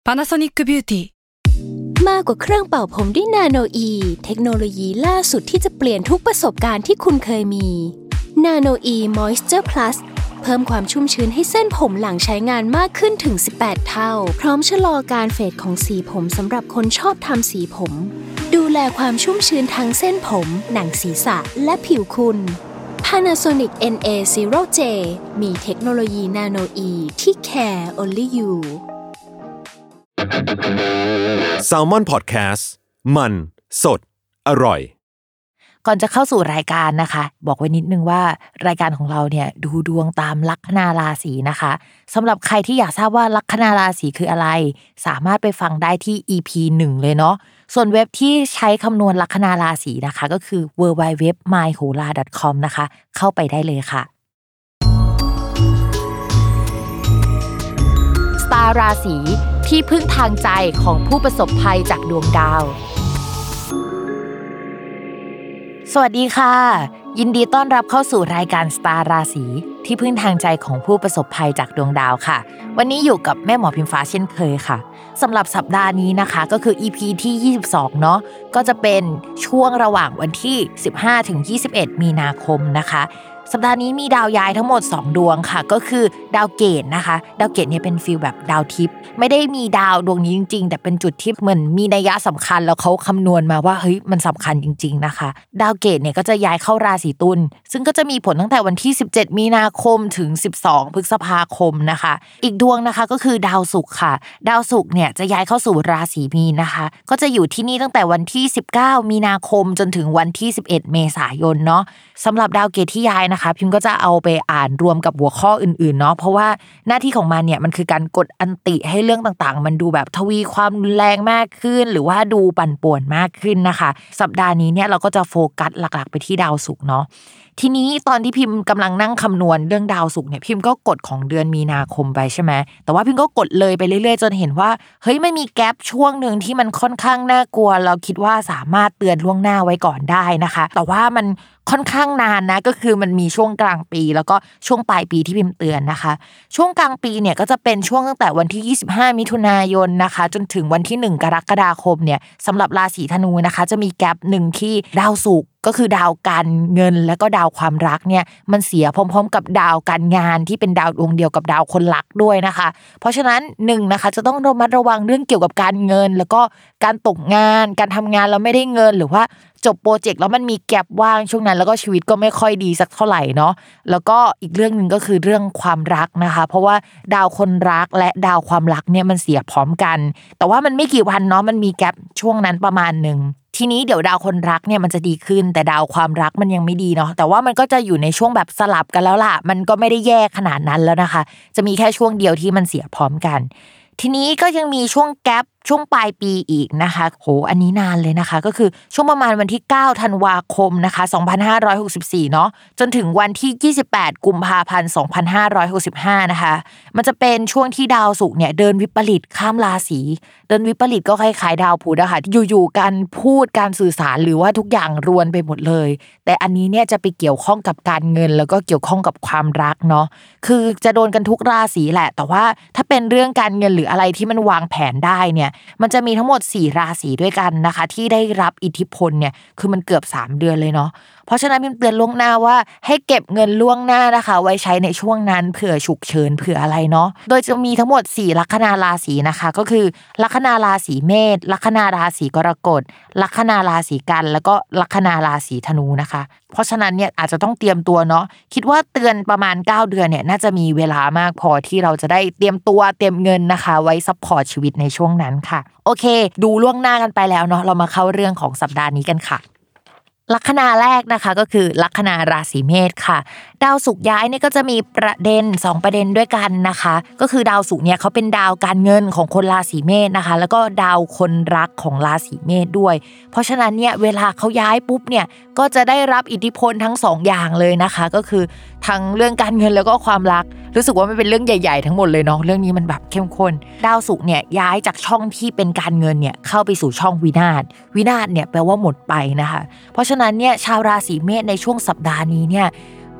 Panasonic Beauty มากกว่าเครื่องเป่าผมด้วยนาโนอีเทคโนโลยีล่าสุดที่จะเปลี่ยนทุกประสบการณ์ที่คุณเคยมีนาโนอีมอยส์เจอร์พลัสเพิ่มความชุ่มชื้นให้เส้นผมหลังใช้งานมากขึ้นถึง18เท่าพร้อมชะลอการเฟดของสีผมสำหรับคนชอบทำสีผมดูแลความชุ่มชื้นทั้งเส้นผมหนังศีรษะและผิวคุณ Panasonic NA0J มีเทคโนโลยีนาโนอีที่ care only you Salmon Podcast มันสดอร่อยก่อนจะเข้าสู่รายการนะคะบอกไว้นิดนึงว่ารายการของเราเนี่ยดูดวงตามลัคนาราศีนะคะสำหรับใครที่อยากทราบว่าลัคนาราศีคืออะไรสามารถไปฟังได้ที่ EP 1 เลยเนาะส่วนเว็บที่ใช้คำนวณลัคนาราศีนะคะก็คือ www.myhola.com นะคะเข้าไปได้เลยค่ะสตาร์ราศีที่พึ่งทางใจของผู้ประสบภัยจากดวงดาวสวัสดีค่ะยินดีต้อนรับเข้าสู่รายการสตาร์ราศีที่พึ่งทางใจของผู้ประสบภัยจากดวงดาวค่ะวันนี้อยู่กับแม่หมอพิมฟ้าเช่นเคยค่ะสำหรับสัปดาห์นี้นะคะก็คือ EP ที่22เนาะก็จะเป็นช่วงระหว่างวันที่15ถึง21มีนาคมนะคะสัปดาห์นี้มีดาวย้ายทั้งหมด2ดวงค่ะก็คือดาวเกตนะคะดาวเกตเนี่ยเป็นฟีลแบบดาวทิพย์ไม่ได้มีดาวดวงนี้จริงๆแต่เป็นจุดที่เหมือนมีนัยสำคัญแล้วเขาคำนวณมาว่าเฮ้ยมันสำคัญจริงๆนะคะดาวเกตเนี่ยก็จะย้ายเข้าราศีตุลซึ่งก็จะมีผลตั้งแต่วันที่17มีนาคมถึง12พฤษภาคมนะคะอีกดวงนะคะก็คือดาวศุกร์ค่ะดาวศุกร์เนี่ยจะย้ายเข้าสู่ราศีมีนนะคะก็จะอยู่ที่นี่ตั้งแต่วันที่19มีนาคมจนถึงวันที่11เมษายนเนาะสำหรับดาวเกตที่ย้ายนะคะพิมก็จะเอาไปอ่านรวมกับหัวข้ออื่นๆเนาะเพราะว่าหน้าที่ของมันเนี่ยมันคือการกดอันติให้เรื่องต่างๆมันดูแบบทวีความรุนแรงมากขึ้นหรือว่าดูปั่นป่วนมากขึ้นนะคะสัปดาห์นี้เนี่ยเราก็จะโฟกัสหลักๆไปที่ดาวศุกร์เนาะทีนี้ตอนที่พิมพ์กำลังนั่งคำนวณเรื่องดาวศุกร์เนี่ยพิมก็กดของเดือนมีนาคมไปใช่ไหมแต่ว่าพิมก็กดเลยไปเรื่อยๆจนเห็นว่าเฮ้ยไม่มีแกปช่วงนึงที่มันค่อนข้างน่ากลัวเราคิดว่าสามารถเตือนล่วงหน้าไว้ก่อนได้นะคะแต่ว่ามันค่อนข้างนานนะก็คือมันมีช่วงกลางปีแล้วก็ช่วงปลายปีที่พิมพ์เตือนนะคะช่วงกลางปีเนี่ยก็จะเป็นช่วงตั้งแต่วันที่25มิถุนายนนะคะจนถึงวันที่1กรกฎาคมเนี่ยสำหรับราศีธนูนะคะจะมีแกปนึงที่ดาวศุกร์ก็คือดาวการเงินและก็ดาวความรักเนี่ยมันเสียพร้อมๆกับดาวการงานที่เป็นดาวดวงเดียวกับดาวคนรักด้วยนะคะเพราะฉะนั้น1นะคะจะต้องระมัดระวังเรื่องเกี่ยวกับการเงินแล้วก็การตกงานการทำงานแล้วไม่ได้เงินหรือว่าจบโปรเจกต์แล้วมันมีแก็ปว่างช่วงนั้นแล้วก็ชีวิตก็ไม่ค่อยดีสักเท่าไหร่เนาะแล้วก็อีกเรื่องนึงก็คือเรื่องความรักนะคะเพราะว่าดาวคนรักและดาวความรักเนี่ยมันเสียพร้อมกันแต่ว่ามันไม่กี่วันเนาะมันมีแก็ปช่วงนั้นประมาณนึงทีนี้เดี๋ยวดาวคนรักเนี่ยมันจะดีขึ้นแต่ดาวความรักมันยังไม่ดีเนาะแต่ว่ามันก็จะอยู่ในช่วงแบบสลับกันแล้วล่ะมันก็ไม่ได้แย่ขนาดนั้นแล้วนะคะจะมีแค่ช่วงเดียวที่มันเสียพร้อมกันทีนี้ก็ยังมีช่วงแกปช่วงปลายปีอีกนะคะโหอันนี้นานเลยนะคะก็คือช่วงประมาณวันที่9ธันวาคมนะคะ2564เนาะจนถึงวันที่28กุมภาพันธ์2565นะคะมันจะเป็นช่วงที่ดาวศุกร์เนี่ยเดินวิปริตข้ามราศีเดินวิปริตก็คล้ายๆดาวพุธอะค่ะอยู่ๆการพูดการสื่อสารหรือว่าทุกอย่างรวนไปหมดเลยแต่อันนี้เนี่ยจะไปเกี่ยวข้องกับการเงินแล้วก็เกี่ยวข้องกับความรักเนาะคือจะโดนกันทุกราศีแหละแต่ว่าถ้าเป็นเรื่องการเงินหรืออะไรที่มันวางแผนได้เนี่ยมันจะมีทั้งหมด4ราศีด้วยกันนะคะที่ได้รับอิทธิพลเนี่ยคือมันเกือบ3เดือนเลยเนาะเพราะฉะนั้นพิมเตือนล่วงหน้าว่าให้เก็บเงินล่วงหน้านะคะไว้ใช้ในช่วงนั้นเผื่อฉุกเฉินเผื่ออะไรเนาะโดยจะมีทั้งหมด4ลัคนาราศีนะคะก็คือลัคนาราศีเมษลัคนาราศีกรกฎลัคนาราศีกันแล้วก็ลัคนาราศีธนูนะคะเพราะฉะนั้นเนี่ยอาจจะต้องเตรียมตัวเนาะคิดว่าเตือนประมาณ9เดือนเนี่ยน่าจะมีเวลามากพอที่เราจะได้เตรียมตัวเตรียมเงินนะคะไว้ซัพพอร์ตชีวิตในช่วงนั้นค่ะโอเคดูล่วงหน้ากันไปแล้วเนาะเรามาเข้าเรื่องของสัปดาห์นี้กันค่ะลัคนาแรกนะคะก็คือลัคนาราศีเมษค่ะดาวศุกร์ย้ายเนี่ยก็จะมีประเด็น2ประเด็นด้วยกันนะคะก็คือดาวศุกร์เนี่ยเขาเป็นดาวการเงินของคนราศีเมษนะคะแล้วก็ดาวคนรักของราศีเมษด้วยเพราะฉะนั้นเนี่ยเวลาเขาย้ายปุ๊บเนี่ยก็จะได้รับอิทธิพลทั้ง2อย่างเลยนะคะก็คือทั้งเรื่องการเงินแล้วก็ความรักรู้สึกว่ามันเป็นเรื่องใหญ่ๆทั้งหมดเลยเนาะเรื่องนี้มันแบบเข้มข้นดาวศุกร์เนี่ยย้ายจากช่องที่เป็นการเงินเนี่ยเข้าไปสู่ช่องวินาศเนี่ยแปลว่าหมดไปนะคะเพราะฉะนั้นเนี่ยชาวราศีเมษในช่วงสัปดาห์นี้เนี่ย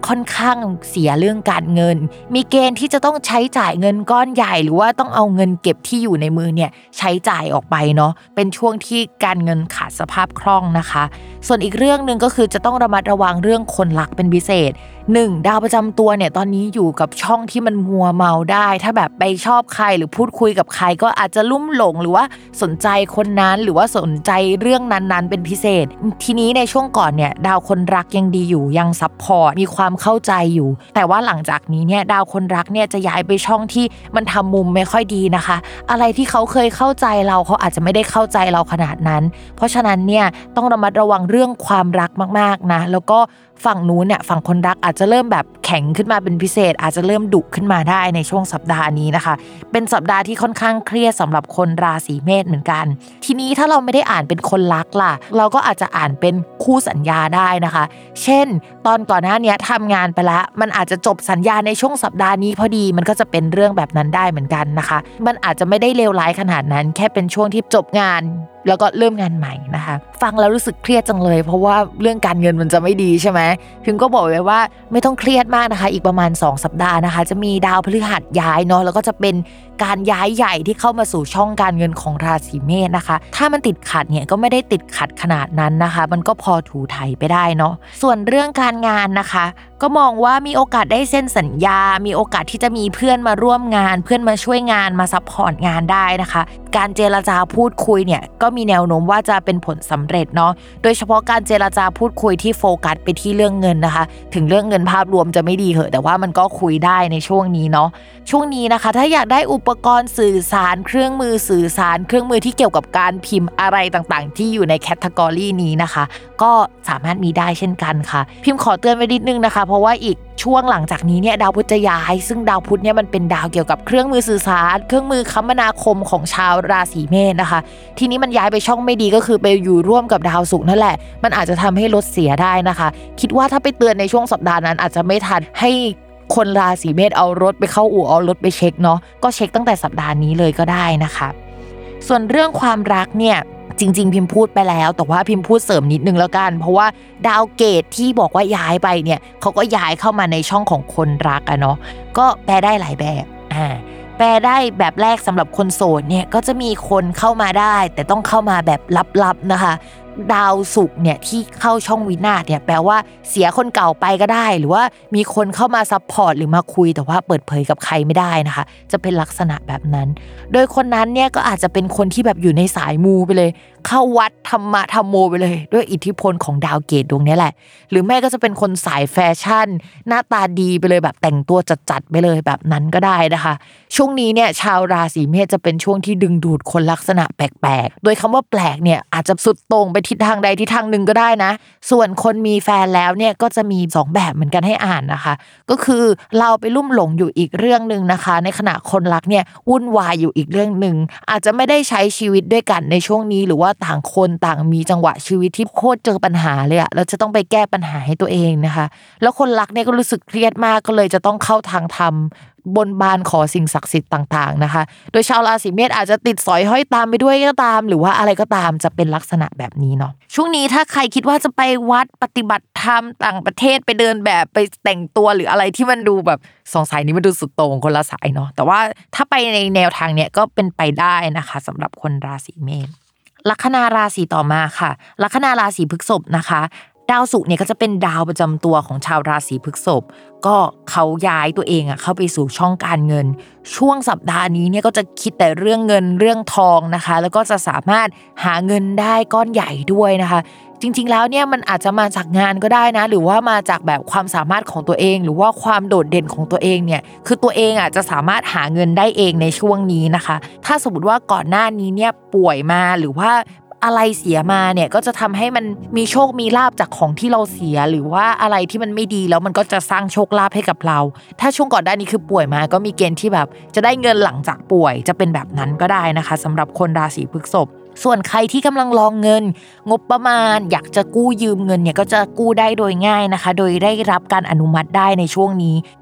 ค่อนข้างเสียเรื่องการเงินมีเกณฑ์ที่จะต้องใช้จ่ายเงินก้อนใหญ่หรือว่าต้องเอาเงินเก็บที่อยู่ในมือเนี่ยใช้จ่ายออกไปเนาะเป็นช่วงที่การเงินขาดสภาพคล่องนะคะส่วนอีกเรื่องนึงก็คือจะต้องระมัดระวังเรื่องคนรักเป็นพิเศษ1ดาวประจำตัวเนี่ยตอนนี้อยู่กับช่องที่มันมัวเมาได้ถ้าแบบไปชอบใครหรือพูดคุยกับใครก็อาจจะลุ่มหลงหรือว่าสนใจคนนั้นหรือว่าสนใจเรื่องนั้นๆเป็นพิเศษทีนี้ในช่วงก่อนเนี่ยดาวคนรักยังดีอยู่ยังซัพพอร์ตมีความเข้าใจอยู่แต่ว่าหลังจากนี้เนี่ยดาวคนรักเนี่ยจะย้ายไปช่องที่มันทำมุมไม่ค่อยดีนะคะอะไรที่เขาเคยเข้าใจเราเขาอาจจะไม่ได้เข้าใจเราขนาดนั้นเพราะฉะนั้นเนี่ยต้องระมัดระวังเรื่องความรักมากๆนะแล้วก็ฝั่งนู้นเนี่ยฝั่งคนรักอาจจะเริ่มแบบแข็งขึ้นมาเป็นพิเศษอาจจะเริ่มดุขึ้นมาได้ในช่วงสัปดาห์นี้นะคะเป็นสัปดาห์ที่ค่อนข้างเครียดสำหรับคนราศีเมษเหมือนกันทีนี้ถ้าเราไม่ได้อ่านเป็นคนรักล่ะเราก็อาจจะอ่านเป็นคู่สัญญาได้นะคะเช่นตอนก่อนหน้านี้ทำงานไปแล้วมันอาจจะจบสัญญาในช่วงสัปดาห์นี้พอดีมันก็จะเป็นเรื่องแบบนั้นได้เหมือนกันนะคะมันอาจจะไม่ได้เลวร้ายขนาดนั้นแค่เป็นช่วงที่จบงานแล้วก็เริ่มงานใหม่นะคะฟังแล้วรู้สึกเครียดจังเลยเพราะว่าเรื่องการเงินมันจะไม่ดีใช่ไหมพิมก็บอกไว้ว่าไม่ต้องเครียดมากนะคะอีกประมาณ2สัปดาห์นะคะจะมีดาวพฤหัสย้ายเนาะแล้วก็จะเป็นการย้ายใหญ่ที่เข้ามาสู่ช่องการเงินของราศีเมษนะคะถ้ามันติดขัดเนี่ยก็ไม่ได้ติดขัดขนาดนั้นนะคะมันก็พอถูไถไปได้เนาะส่วนเรื่องการงานนะคะก็มองว่ามีโอกาสได้เซ็นสัญญามีโอกาสที่จะมีเพื่อนมาร่วมงานเพื่อนมาช่วยงานมาซัพพอร์ตงานได้นะคะการเจรจาพูดคุยเนี่ยก็มีแนวโน้มว่าจะเป็นผลสำเร็จเนาะโดยเฉพาะการเจรจาพูดคุยที่โฟกัสไปที่เรื่องเงินนะคะถึงเรื่องเงินภาพรวมจะไม่ดีเหอะแต่ว่ามันก็คุยได้ในช่วงนี้เนาะช่วงนี้นะคะถ้าอยากได้อุปกรณ์สื่อสารเครื่องมือสื่อสารเครื่องมือที่เกี่ยวกับการพิมพ์อะไรต่างๆที่อยู่ในแคตตากรีนี้นะคะก็สามารถมีได้เช่นกันค่ะพิมพ์ขอเตือนไว้นิดนึงนะคะเพราะว่าอีกช่วงหลังจากนี้เนี่ยดาวพุธจะย้ายซึ่งดาวพุธเนี่ยมันเป็นดาวเกี่ยวกับเครื่องมือสื่อสารเครื่องมือคมนาคมของชาวราศีเมษนะคะทีนี้มันย้ายไปช่องไม่ดีก็คือไปอยู่ร่วมกับดาวศุกร์นั่นแหละมันอาจจะทำให้รถเสียได้นะคะคิดว่าถ้าไปเตือนในช่วงสัปดาห์นั้นอาจจะไม่ทันให้คนราศีเมษเอารถไปเข้าอู่เอารถไปเช็คเนาะก็เช็คตั้งแต่สัปดาห์นี้เลยก็ได้นะคะส่วนเรื่องความรักเนี่ยจริงๆพิมพ์พูดไปแล้วแต่ว่าพิมพ์พูดเสริมนิดนึงแล้วกันเพราะว่าดาวเกตที่บอกว่าย้ายไปเนี่ยเขาก็ย้ายเข้ามาในช่องของคนรักอะเนาะก็แปลได้หลายแบบแปลได้แบบแรกสำหรับคนโสดเนี่ยก็จะมีคนเข้ามาได้แต่ต้องเข้ามาแบบลับๆนะคะดาวศุกร์เนี่ยที่เข้าช่องวินาศเนี่ยแปลว่าเสียคนเก่าไปก็ได้หรือว่ามีคนเข้ามาซัพพอร์ตหรือมาคุยแต่ว่าเปิดเผยกับใครไม่ได้นะคะจะเป็นลักษณะแบบนั้นโดยคนนั้นเนี่ยก็อาจจะเป็นคนที่แบบอยู่ในสายมูไปเลยเข้าวัดธรรมะธรรมโมไปเลยด้วยอิทธิพลของดาวเกตดวงนี้แหละหรือแม่ก็จะเป็นคนสายแฟชั่นหน้าตาดีไปเลยแบบแต่งตัวจัดๆไปเลยแบบนั้นก็ได้นะคะช่วงนี้เนี่ยชาวราศีเมษจะเป็นช่วงที่ดึงดูดคนลักษณะแปลกๆโดยคำว่าแปลกเนี่ยอาจจะสุดตรงไปทิศทางใดทิศทางหนึ่งก็ได้นะส่วนคนมีแฟนแล้วเนี่ยก็จะมี2แบบเหมือนกันให้อ่านนะคะก็คือเราไปลุ่มหลงอยู่อีกเรื่องนึงนะคะในขณะคนรักเนี่ยวุ่นวายอยู่อีกเรื่องนึงอาจจะไม่ได้ใช้ชีวิตด้วยกันในช่วงนี้หรือว่าต่างคนต่างมีจังหวะชีวิตที่โคตรเจอปัญหาเลยอะแล้วจะต้องไปแก้ปัญหาให้ตัวเองนะคะแล้วคนรักเนี่ยก็รู้สึกเครียดมากก็เลยจะต้องเข้าทางธรรมบนบานขอสิ่งศักดิ์สิทธิ์ต่างๆนะคะโดยชาวราศีเมษอาจจะติดสอยห้อยตามไปด้วยก็ตามหรือว่าอะไรก็ตามจะเป็นลักษณะแบบนี้เนาะช่วงนี้ถ้าใครคิดว่าจะไปวัดปฏิบัติธรรมต่างประเทศไปเดินแบบไปแต่งตัวหรืออะไรที่มันดูแบบสองสายนี้มันดูสุดโต่งคนละสายเนาะแต่ว่าถ้าไปในแนวทางเนี้ยก็เป็นไปได้นะคะสำหรับคนราศีเมษลัคนาราศีต่อมาค่ะลัคนาราศีพฤษภนะคะดาวศุกร์เนี่ยก็จะเป็นดาวประจำตัวของชาวราศีพฤษภก็เขาย้ายตัวเองเข้าไปสู่ช่องการเงินช่วงสัปดาห์นี้เนี่ยก็จะคิดแต่เรื่องเงินเรื่องทองนะคะแล้วก็จะสามารถหาเงินได้ก้อนใหญ่ด้วยนะคะจริงๆแล้วเนี่ยมันอาจจะมาจากงานก็ได้นะหรือว่ามาจากแบบความสามารถของตัวเองหรือว่าความโดดเด่นของตัวเองเนี่ยคือตัวเองจะสามารถหาเงินได้เองในช่วงนี้นะคะถ้าสมมติว่าก่อนหน้านี้เนี่ยป่วยมาหรือว่าอะไรเสียมาเนี่ยก็จะทำให้มันมีโชคมีลาภจากของที่เราเสียหรือว่าอะไรที่มันไม่ดีแล้วมันก็จะสร้างโชคลาภให้กับเราถ้าช่วงก่อนหน้านี้คือป่วยมาก็มีเกณฑ์ที่แบบจะได้เงินหลังจากป่วยจะเป็นแบบนั้นก็ได้นะคะสำหรับคนราศีพฤษภส่วนใครที่กำลังรองเงินงบประมาณอยากจะกู้ยืมเงินเนี่ยก็จะกู้ได้โดยง่ายนะคะโดยได้รับการอนุมัติได้ในช่วงนี้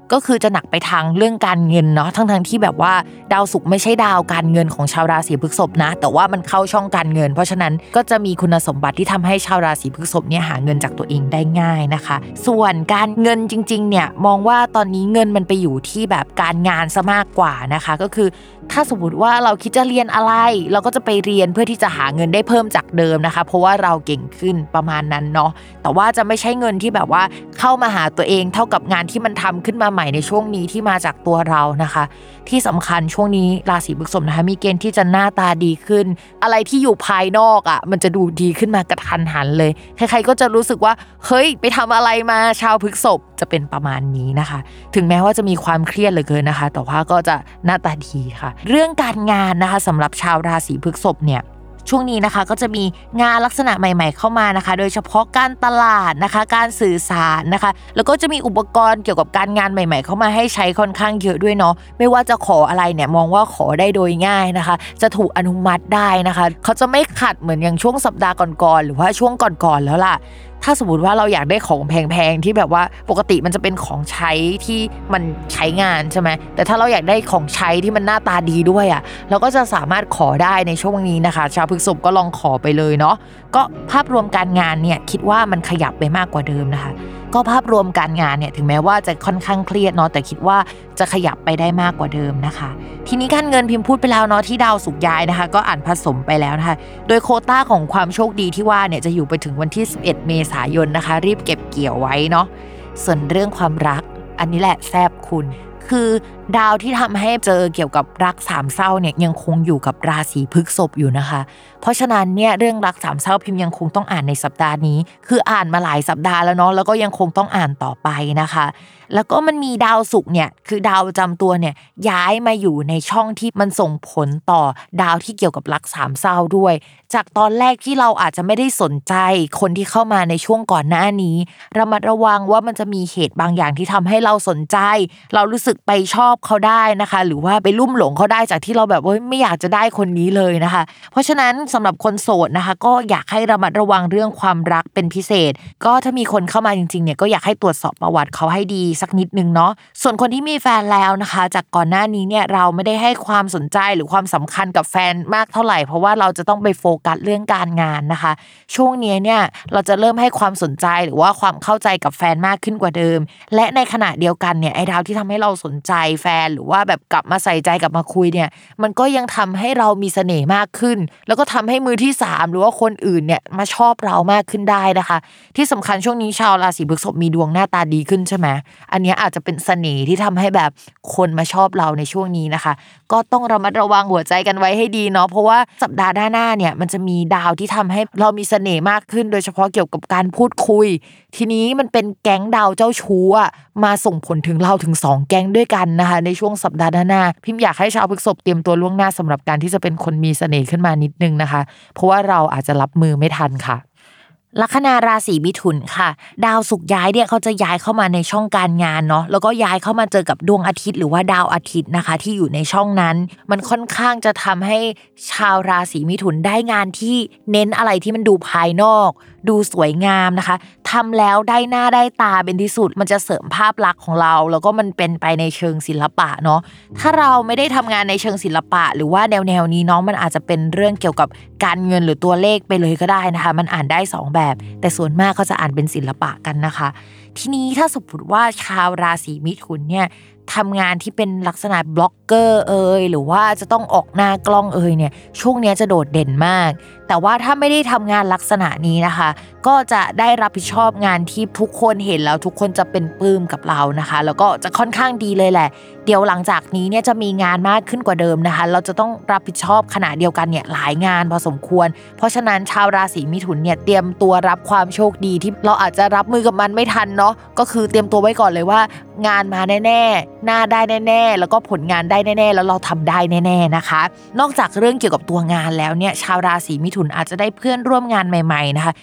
ก็คือจะหนักไปทางเรื่องการเงินเนาะทั้งที่แบบว่าดาวศุกร์ไม่ใช่ดาวการเงินของชาวราศีพฤษภนะแต่ว่ามันเข้าช่องการเงินเพราะฉะนั้นก็จะมีคุณสมบัติที่ทำให้ชาวราศีพฤษภเนี่ยหาเงินจากตัวเองได้ง่ายนะคะส่วนการเงินจริงๆเนี่ยมองว่าตอนนี้เงินมันไปอยู่ที่แบบการงานซะมากกว่านะคะก็คือถ้าสมมติว่าเราคิดจะเรียนอะไรเราก็จะไปเรียนเพื่อที่จะหาเงินได้เพิ่มจากเดิมนะคะเพราะว่าเราเก่งขึ้นประมาณนั้นเนาะแต่ว่าจะไม่ใช่เงินที่แบบว่าเข้ามาหาตัวเองเท่ากับงานที่มันทำขึ้นมาใหม่ในช่วงนี้ที่มาจากตัวเรานะคะที่สำคัญช่วงนี้ราศีพฤษภนะคะมีเกณฑ์ที่จะหน้าตาดีขึ้นอะไรที่อยู่ภายนอกมันจะดูดีขึ้นมากระทันหันเลยใครๆก็จะรู้สึกว่าเฮ้ยไปทำอะไรมาชาวพฤษภจะเป็นประมาณนี้นะคะถึงแม้ว่าจะมีความเครียดเหลือเกินนะคะแต่ว่าก็จะหน้าตาดีค่ะเรื่องการงานนะคะสำหรับชาวราศีพฤษภเนี่ยช่วงนี้นะคะก็จะมีงานลักษณะใหม่ๆเข้ามานะคะโดยเฉพาะการตลาดนะคะการสื่อสารนะคะแล้วก็จะมีอุปกรณ์เกี่ยวกับการงานใหม่ๆเข้ามาให้ใช้ค่อนข้างเยอะด้วยเนาะไม่ว่าจะขออะไรเนี่ยมองว่าขอได้โดยง่ายนะคะจะถูกอนุมัติได้นะคะเขาจะไม่ขัดเหมือนอย่างช่วงสัปดาห์ก่อนๆหรือว่าช่วงก่อนๆแล้วล่ะถ้าสมมติว่าเราอยากได้ของแพงๆที่แบบว่าปกติมันจะเป็นของใช้ที่มันใช้งานใช่ไหมแต่ถ้าเราอยากได้ของใช้ที่มันหน้าตาดีด้วยเราก็จะสามารถขอได้ในช่วงนี้นะคะชาวพฤษภก็ลองขอไปเลยเนาะก็ภาพรวมการงานเนี่ยคิดว่ามันขยับไปมากกว่าเดิมนะคะก็ภาพรวมการงานเนี่ยถึงแม้ว่าจะค่อนข้างเครียดเนาะแต่คิดว่าจะขยับไปได้มากกว่าเดิมนะคะทีนี้การเงินพิมพ์พูดไปแล้วเนาะที่ดาวศุกร์ย้ายนะคะก็อ่านผสมไปแล้วนะคะโดยโควต้าของความโชคดีที่ว่าเนี่ยจะอยู่ไปถึงวันที่11เมษายนนะคะรีบเก็บเกี่ยวไว้เนาะส่วนเรื่องความรักอันนี้แหละแซ่บคุณคือดาวที่ทำให้เจอเกี่ยวกับรักสามเศร้าเนี่ยยังคงอยู่กับราศีพฤษภอยู่นะคะเพราะฉะนั้นเนี่ยเรื่องรักสามเศร้าพิมพ์ยังคงต้องอ่านในสัปดาห์นี้คืออ่านมาหลายสัปดาห์แล้วเนาะแล้วก็ยังคงต้องอ่านต่อไปนะคะแล้วก็มันมีดาวศุกร์เนี่ยคือดาวประจำตัวเนี่ยย้ายมาอยู่ในช่องที่มันส่งผลต่อดาวที่เกี่ยวกับรักสามเศร้าด้วยจากตอนแรกที่เราอาจจะไม่ได้สนใจคนที่เข้ามาในช่วงก่อนหน้านี้ระมัดระวังว่ามันจะมีเหตุบางอย่างที่ทำให้เราสนใจเรารู้สึกไปชอบเขาได้นะคะหรือว่าไปลุ่มหลงเขาได้จากที่เราแบบว่าไม่อยากจะได้คนนี้เลยนะคะเพราะฉะนั้นสำหรับคนโสดนะคะก็อยากให้ระมัดระวังเรื่องความรักเป็นพิเศษก็ถ้ามีคนเข้ามาจริงๆเนี่ยก็อยากให้ตรวจสอบประวัติเขาให้ดีสักนิดนึงเนาะส่วนคนที่มีแฟนแล้วนะคะจากก่อนหน้านี้เนี่ยเราไม่ได้ให้ความสนใจหรือความสำคัญกับแฟนมากเท่าไหร่เพราะว่าเราจะต้องไปโฟกัสเรื่องการงานนะคะช่วงนี้เนี่ยเราจะเริ่มให้ความสนใจหรือว่าความเข้าใจกับแฟนมากขึ้นกว่าเดิมและในขณะเดียวกันเนี่ยไอ้ดาวที่ทำให้เราสนใจแฟนหรือว่าแบบกลับมาใส่ใจกลับมาคุยเนี่ยมันก็ยังทำให้เรามีเสน่ห์มากขึ้นแล้วก็ทำให้มือที่3หรือว่าคนอื่นเนี่ยมาชอบเรามากขึ้นได้นะคะที่สำคัญช่วงนี้ชาวราศีพฤษภมีดวงหน้าตาดีขึ้นใช่ไหมอันนี้อาจจะเป็นเสน่ห์ที่ทำให้แบบคนมาชอบเราในช่วงนี้นะคะก็ต้องระมัดระวังหัวใจกันไว้ให้ดีเนาะเพราะว่าสัปดาห์หน้าเนี่ยมันจะมีดาวที่ทำให้เรามีเสน่ห์มากขึ้นโดยเฉพาะเกี่ยวกับการพูดคุยทีนี้มันเป็นแก๊งดาวเจ้าชู้มาส่งผลถึงเราถึง2แก๊งด้วยกันนะคะในช่วงสัปดาห์หน้าพิมพ์อยากให้ชาวพฤษภเตรียมตัวล่วงหน้าสำหรับการที่จะเป็นคนมีเสน่ห์ขึ้นมานิดนึงนะคะเพราะว่าเราอาจจะรับมือไม่ทันค่ะลัคนาราศีมิถุนค่ะดาวศุกร์ย้ายเนี่ยเขาจะย้ายเข้ามาในช่องการงานเนาะแล้วก็ย้ายเข้ามาเจอกับดวงอาทิตย์หรือว่าดาวอาทิตย์นะคะที่อยู่ในช่องนั้นมันค่อนข้างจะทำให้ชาวราศีมิถุนได้งานที่เน้นอะไรที่มันดูภายนอกดูสวยงามนะคะทำแล้วได้หน้าได้ตาเป็นที่สุดมันจะเสริมภาพลักษณ์ของเราแล้วก็มันเป็นไปในเชิงศิลปะเนาะถ้าเราไม่ได้ทำงานในเชิงศิลปะหรือว่าแนวนี้เนาะมันอาจจะเป็นเรื่องเกี่ยวกับการเงินหรือตัวเลขไปเลยก็ได้นะคะมันอ่านได้2แบบแต่ส่วนมากเขาจะอ่านเป็นศิลปะกันนะคะทีนี้ถ้าสมมติว่าชาวราศีมิถุนเนี่ยทำงานที่เป็นลักษณะบล็อกเกอร์หรือว่าจะต้องออกหน้ากล้องเนี่ยช่วงนี้จะโดดเด่นมากแต่ว่าถ้าไม่ได้ทำงานลักษณะนี้นะคะก็จะได้รับผิดชอบงานที่ทุกคนเห็นแล้วทุกคนจะเป็นปลื้มกับเรานะคะแล้วก็จะค่อนข้างดีเลยแหละเดี๋ยวหลังจากนี้เนี่ยจะมีงานมากขึ้นกว่าเดิมนะคะเราจะต้องรับผิดชอบขณะเดียวกันเนี่ยหลายงานพอสมควรเพราะฉะนั้นชาวราศีมิถุนเนี่ยเตรียมตัวรับความโชคดีที่เราอาจจะรับมือกับมันไม่ทันเนาะก็คือเตรียมตัวไว้ก่อนเลยว่างานมาแน่ๆหน้าได้แน่ๆแล้วก็ผลงานได้แน่ๆแล้วเราทำได้แน่ๆนะคะนอกจากเรื่องเกี่ยวกับตัวงานแล้วเนี่ยชาวราศีมิถุนอาจจะได้เพื่อนร่วมงานใหม่ๆนะคะก็สัป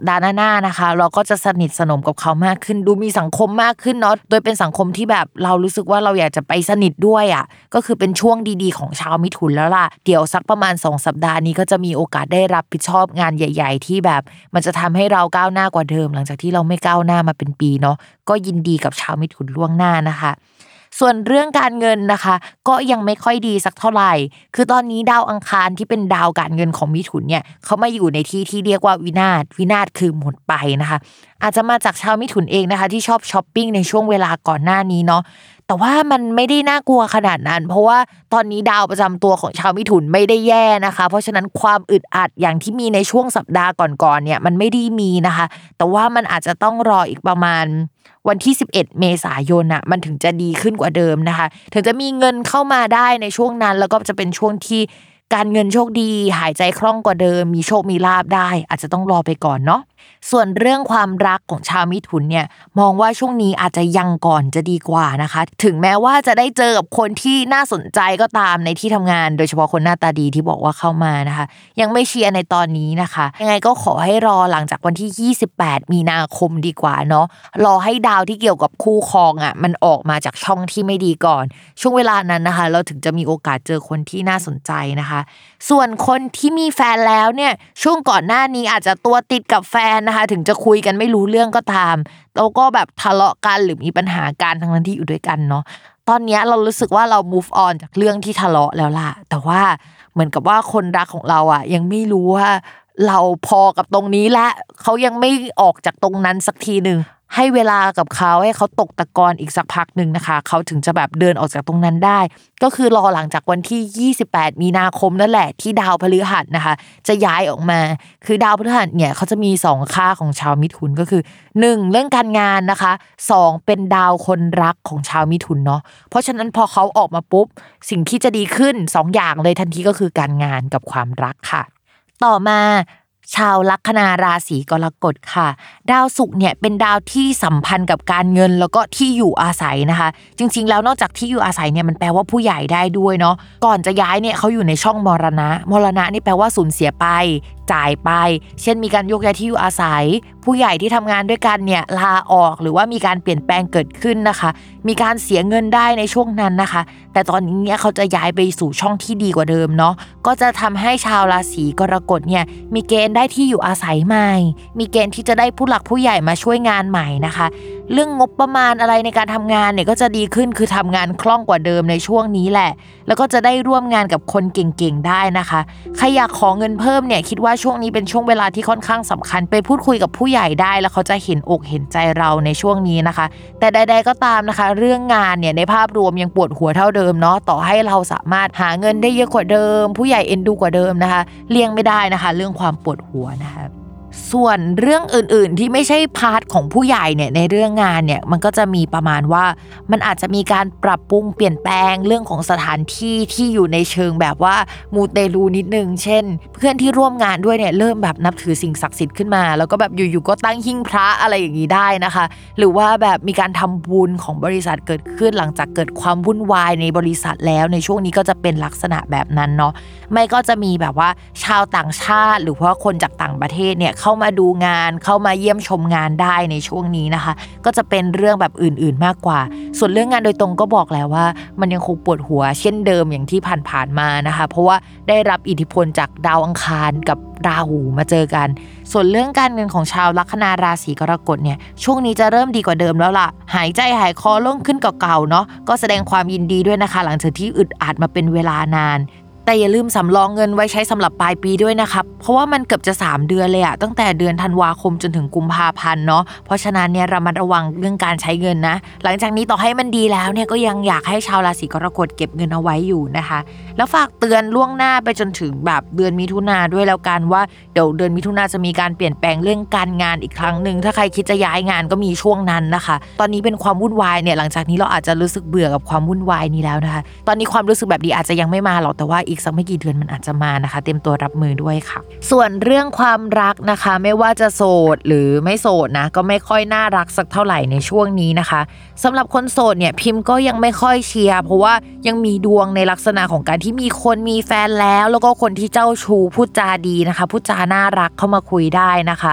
ดาห์หน้าๆนะคะเราก็จะสนิทสนมกับเขามากขึ้นดูมีสังคมมากขึ้นเนาะโดยเป็นสังคมที่แบบเรารู้สึกว่าเราอยากจะไปสนิทด้วยอ่ะก็คือเป็นช่วงดีๆของชาวมิถุนแล้วล่ะเดี๋ยวสักประมาณ2สัปดาห์นี้ก็จะมีโอกาสได้รับผิดชอบงานใหญ่ๆที่แบบมันจะทำให้เราก้าวหน้ากว่าเดิมหลังจากที่เราไม่ก้าวหน้ามาเป็นปีเนาะก็ยินดีกับชาวมิถุนล่วงหน้านะคะส่วนเรื่องการเงินนะคะก็ยังไม่ค่อยดีสักเท่าไหร่คือตอนนี้ดาวอังคารที่เป็นดาวการเงินของมิถุนเนี่ยเขามาอยู่ในที่เรียกว่าวินาศคือหมดไปนะคะอาจจะมาจากชาวมิถุนเองนะคะที่ชอบช้อปปิ้งในช่วงเวลาก่อนหน้านี้เนาะแต่ว่ามันไม่ได้น่ากลัวขนาดนั้นเพราะว่าตอนนี้ดาวประจำตัวของชาวมิถุนไม่ได้แย่นะคะเพราะฉะนั้นความอึดอัดอย่างที่มีในช่วงสัปดาห์ก่อนๆเนี่ยมันไม่ได้มีนะคะแต่ว่ามันอาจจะต้องรออีกประมาณวันที่11เมษายนน่ะมันถึงจะดีขึ้นกว่าเดิมนะคะถึงจะมีเงินเข้ามาได้ในช่วงนั้นแล้วก็จะเป็นช่วงที่การเงินโชคดีหายใจคล่องกว่าเดิมมีโชคมีลาภได้อาจจะต้องรอไปก่อนเนาะส่วนเรื่องความรักของชาวมิถุนเนี่ยมองว่าช่วงนี้อาจจะยังก่อนจะดีกว่านะคะถึงแม้ว่าจะได้เจอกับคนที่น่าสนใจก็ตามในที่ทำงานโดยเฉพาะคนหน้าตาดีที่บอกว่าเข้ามานะคะยังไม่เชียร์ในตอนนี้นะคะยังไงก็ขอให้รอหลังจากวันที่28มีนาคมดีกว่าเนาะรอให้ดาวที่เกี่ยวกับคู่ครองอ่ะมันออกมาจากช่องที่ไม่ดีก่อนช่วงเวลานั้นนะคะเราถึงจะมีโอกาสเจอคนที่น่าสนใจนะคะส่วนคนที่มีแฟนแล้วเนี่ยช่วงก่อนหน้านี้อาจจะตัวติดกับแฟนนะคะถึงจะคุยกันไม่รู้เรื่องก็ตามแล้วก็แบบทะเลาะกันหรือมีปัญหากันทั้งที่อยู่ด้วยกันเนาะตอนนี้เรารู้สึกว่าเรา move on จากเรื่องที่ทะเลาะแล้วล่ะแต่ว่าเหมือนกับว่าคนรักของเราอ่ะยังไม่รู้ว่าเราพอกับตรงนี้และเขายังไม่ออกจากตรงนั้นสักทีนึงให้เวลากับเขาให้เขาตกตะกอนอีกสักพักนึงนะคะเขาถึงจะแบบเดินออกจากตรงนั้นได้ก็คือรอหลังจากวันที่28มีนาคมนั่นแหละที่ดาวพฤหัสนะคะจะย้ายออกมาคือดาวพฤหัสเนี่ยเขาจะมี2ค่าของชาวมิถุนก็คือ1เรื่องการงานนะคะ2เป็นดาวคนรักของชาวมิถุนเนาะเพราะฉะนั้นพอเขาออกมาปุ๊บสิ่งที่จะดีขึ้น2อย่างเลยทันทีก็คือการงานกับความรักค่ะต่อมาชาวลัคนาราศีกรกฎค่ะดาวศุกร์เนี่ยเป็นดาวที่สัมพันธ์กับการเงินแล้วก็ที่อยู่อาศัยนะคะจริงๆแล้วนอกจากที่อยู่อาศัยเนี่ยมันแปลว่าผู้ใหญ่ได้ด้วยเนาะก่อนจะย้ายเนี่ยเขาอยู่ในช่องมรณะนี่แปลว่าสูญเสียไปจ่ายไปเช่นมีการยกย้ายที่อยู่อาศัยผู้ใหญ่ที่ทำงานด้วยกันเนี่ยลาออกหรือว่ามีการเปลี่ยนแปลงเกิดขึ้นนะคะมีการเสียเงินได้ในช่วงนั้นนะคะแต่ตอนนี้เนี่ยเขาจะย้ายไปสู่ช่องที่ดีกว่าเดิมเนาะก็จะทำให้ชาวราศีกรกฎเนี่ยมีเกณฑ์ได้ที่อยู่อาศัยใหม่มีเกณฑ์ที่จะได้ผู้หลักผู้ใหญ่มาช่วยงานใหม่นะคะเรื่องงบประมาณอะไรในการทำงานเนี่ยก็จะดีขึ้นคือทำงานคล่องกว่าเดิมในช่วงนี้แหละแล้วก็จะได้ร่วมงานกับคนเก่งๆได้นะคะใครอยากขอเงินเพิ่มเนี่ยคิดว่าช่วงนี้เป็นช่วงเวลาที่ค่อนข้างสำคัญไปพูดคุยกับผู้ใหญ่ได้แล้วเขาจะเห็นอกเห็นใจเราในช่วงนี้นะคะแต่ใดๆก็ตามนะคะเรื่องงานเนี่ยในภาพรวมยังปวดหัวเท่าเดิมเนาะต่อให้เราสามารถหาเงินได้เยอะกว่าเดิมผู้ใหญ่เอ็นดูกว่าเดิมนะคะเลี่ยงไม่ได้นะคะเรื่องความปวดหัวนะคะส่วนเรื่องอื่นๆที่ไม่ใช่พาร์ทของผู้ใหญ่เนี่ยในเรื่องงานเนี่ยมันก็จะมีประมาณว่ามันอาจจะมีการปรับปรุงเปลี่ยนแปลงเรื่องของสถานที่ที่อยู่ในเชิงแบบว่ามูเตลูนิดนึงเช่นเพื่อนที่ร่วมงานด้วยเนี่ยเริ่มแบบนับถือสิ่งศักดิ์สิทธิ์ขึ้นมาแล้วก็แบบอยู่ๆก็ตั้งหิ้งพระอะไรอย่างนี้ได้นะคะหรือว่าแบบมีการทำบุญของบริษัทเกิดขึ้นหลังจากเกิดความวุ่นวายในบริษัทแล้วในช่วงนี้ก็จะเป็นลักษณะแบบนั้นเนาะไม่ก็จะมีแบบว่าชาวต่างชาติหรือว่าคนจากต่างประเทศเนี่ยเข้ามาดูงานเข้ามาเยี่ยมชมงานได้ในช่วงนี้นะคะก็จะเป็นเรื่องแบบอื่นๆมากกว่าส่วนเรื่องงานโดยตรงก็บอกแล้วว่ามันยังคงปวดหัวเช่นเดิมอย่างที่ผ่านๆมานะคะเพราะว่าได้รับอิทธิพลจากดาวอังคารกับราหูมาเจอกันส่วนเรื่องการเงินของชาวลัคนาราศีกรกฎเนี่ยช่วงนี้จะเริ่มดีกว่าเดิมแล้วล่ะหายใจหายคอโล่งขึ้นกว่าเก่าเนาะก็แสดงความยินดีด้วยนะคะหลังจากที่อึดอัดมาเป็นเวลานานแต่อย่าลืมสำรองเงินไว้ใช้สำหรับปลายปีด้วยนะครับเพราะว่ามันเกือบจะ3เดือนเลยอะตั้งแต่เดือนธันวาคมจนถึงกุมภาพันธ์เนาะเพราะฉะนั้นเนี่ยระมัดระวังเรื่องการใช้เงินนะหลังจากนี้ต่อให้มันดีแล้วเนี่ยก็ยังอยากให้ชาวราศีกรกฎเก็บเงินเอาไว้อยู่นะคะแล้วฝากเตือนล่วงหน้าไปจนถึงแบบเดือนมิถุนาด้วยแล้วกันว่าเดี๋ยวเดือนมิถุนาจะมีการเปลี่ยนแปลงเรื่องการงานอีกครั้งนึงถ้าใครคิดจะย้ายงานก็มีช่วงนั้นนะคะตอนนี้เป็นความวุ่นวายเนี่ยหลังจากนี้เราอาจจะรู้สึกเบื่อกับความวุ่นวายนี้แล้วนะคะตอนนี้ความรู้สึกแบบดีอาจจะยังไม่มาหรอกแต่ว่าอีกสักไม่กี่เดือนมันอาจจะมานะคะเตรียมตัวรับมือด้วยค่ะส่วนเรื่องความรักนะคะไม่ว่าจะโสดหรือไม่โสดนะก็ไม่ค่อยน่ารักสักเท่าไหร่ในช่วงนี้นะคะสำหรับคนโสดเนี่ยพิมพ์ก็ยังไม่ค่อยเชียร์เพราะว่ายังมีดวงในลักษณะของการที่มีคนมีแฟนแล้วก็คนที่เจ้าชู้พูดจาดีนะคะพูดจาน่ารักเข้ามาคุยได้นะคะ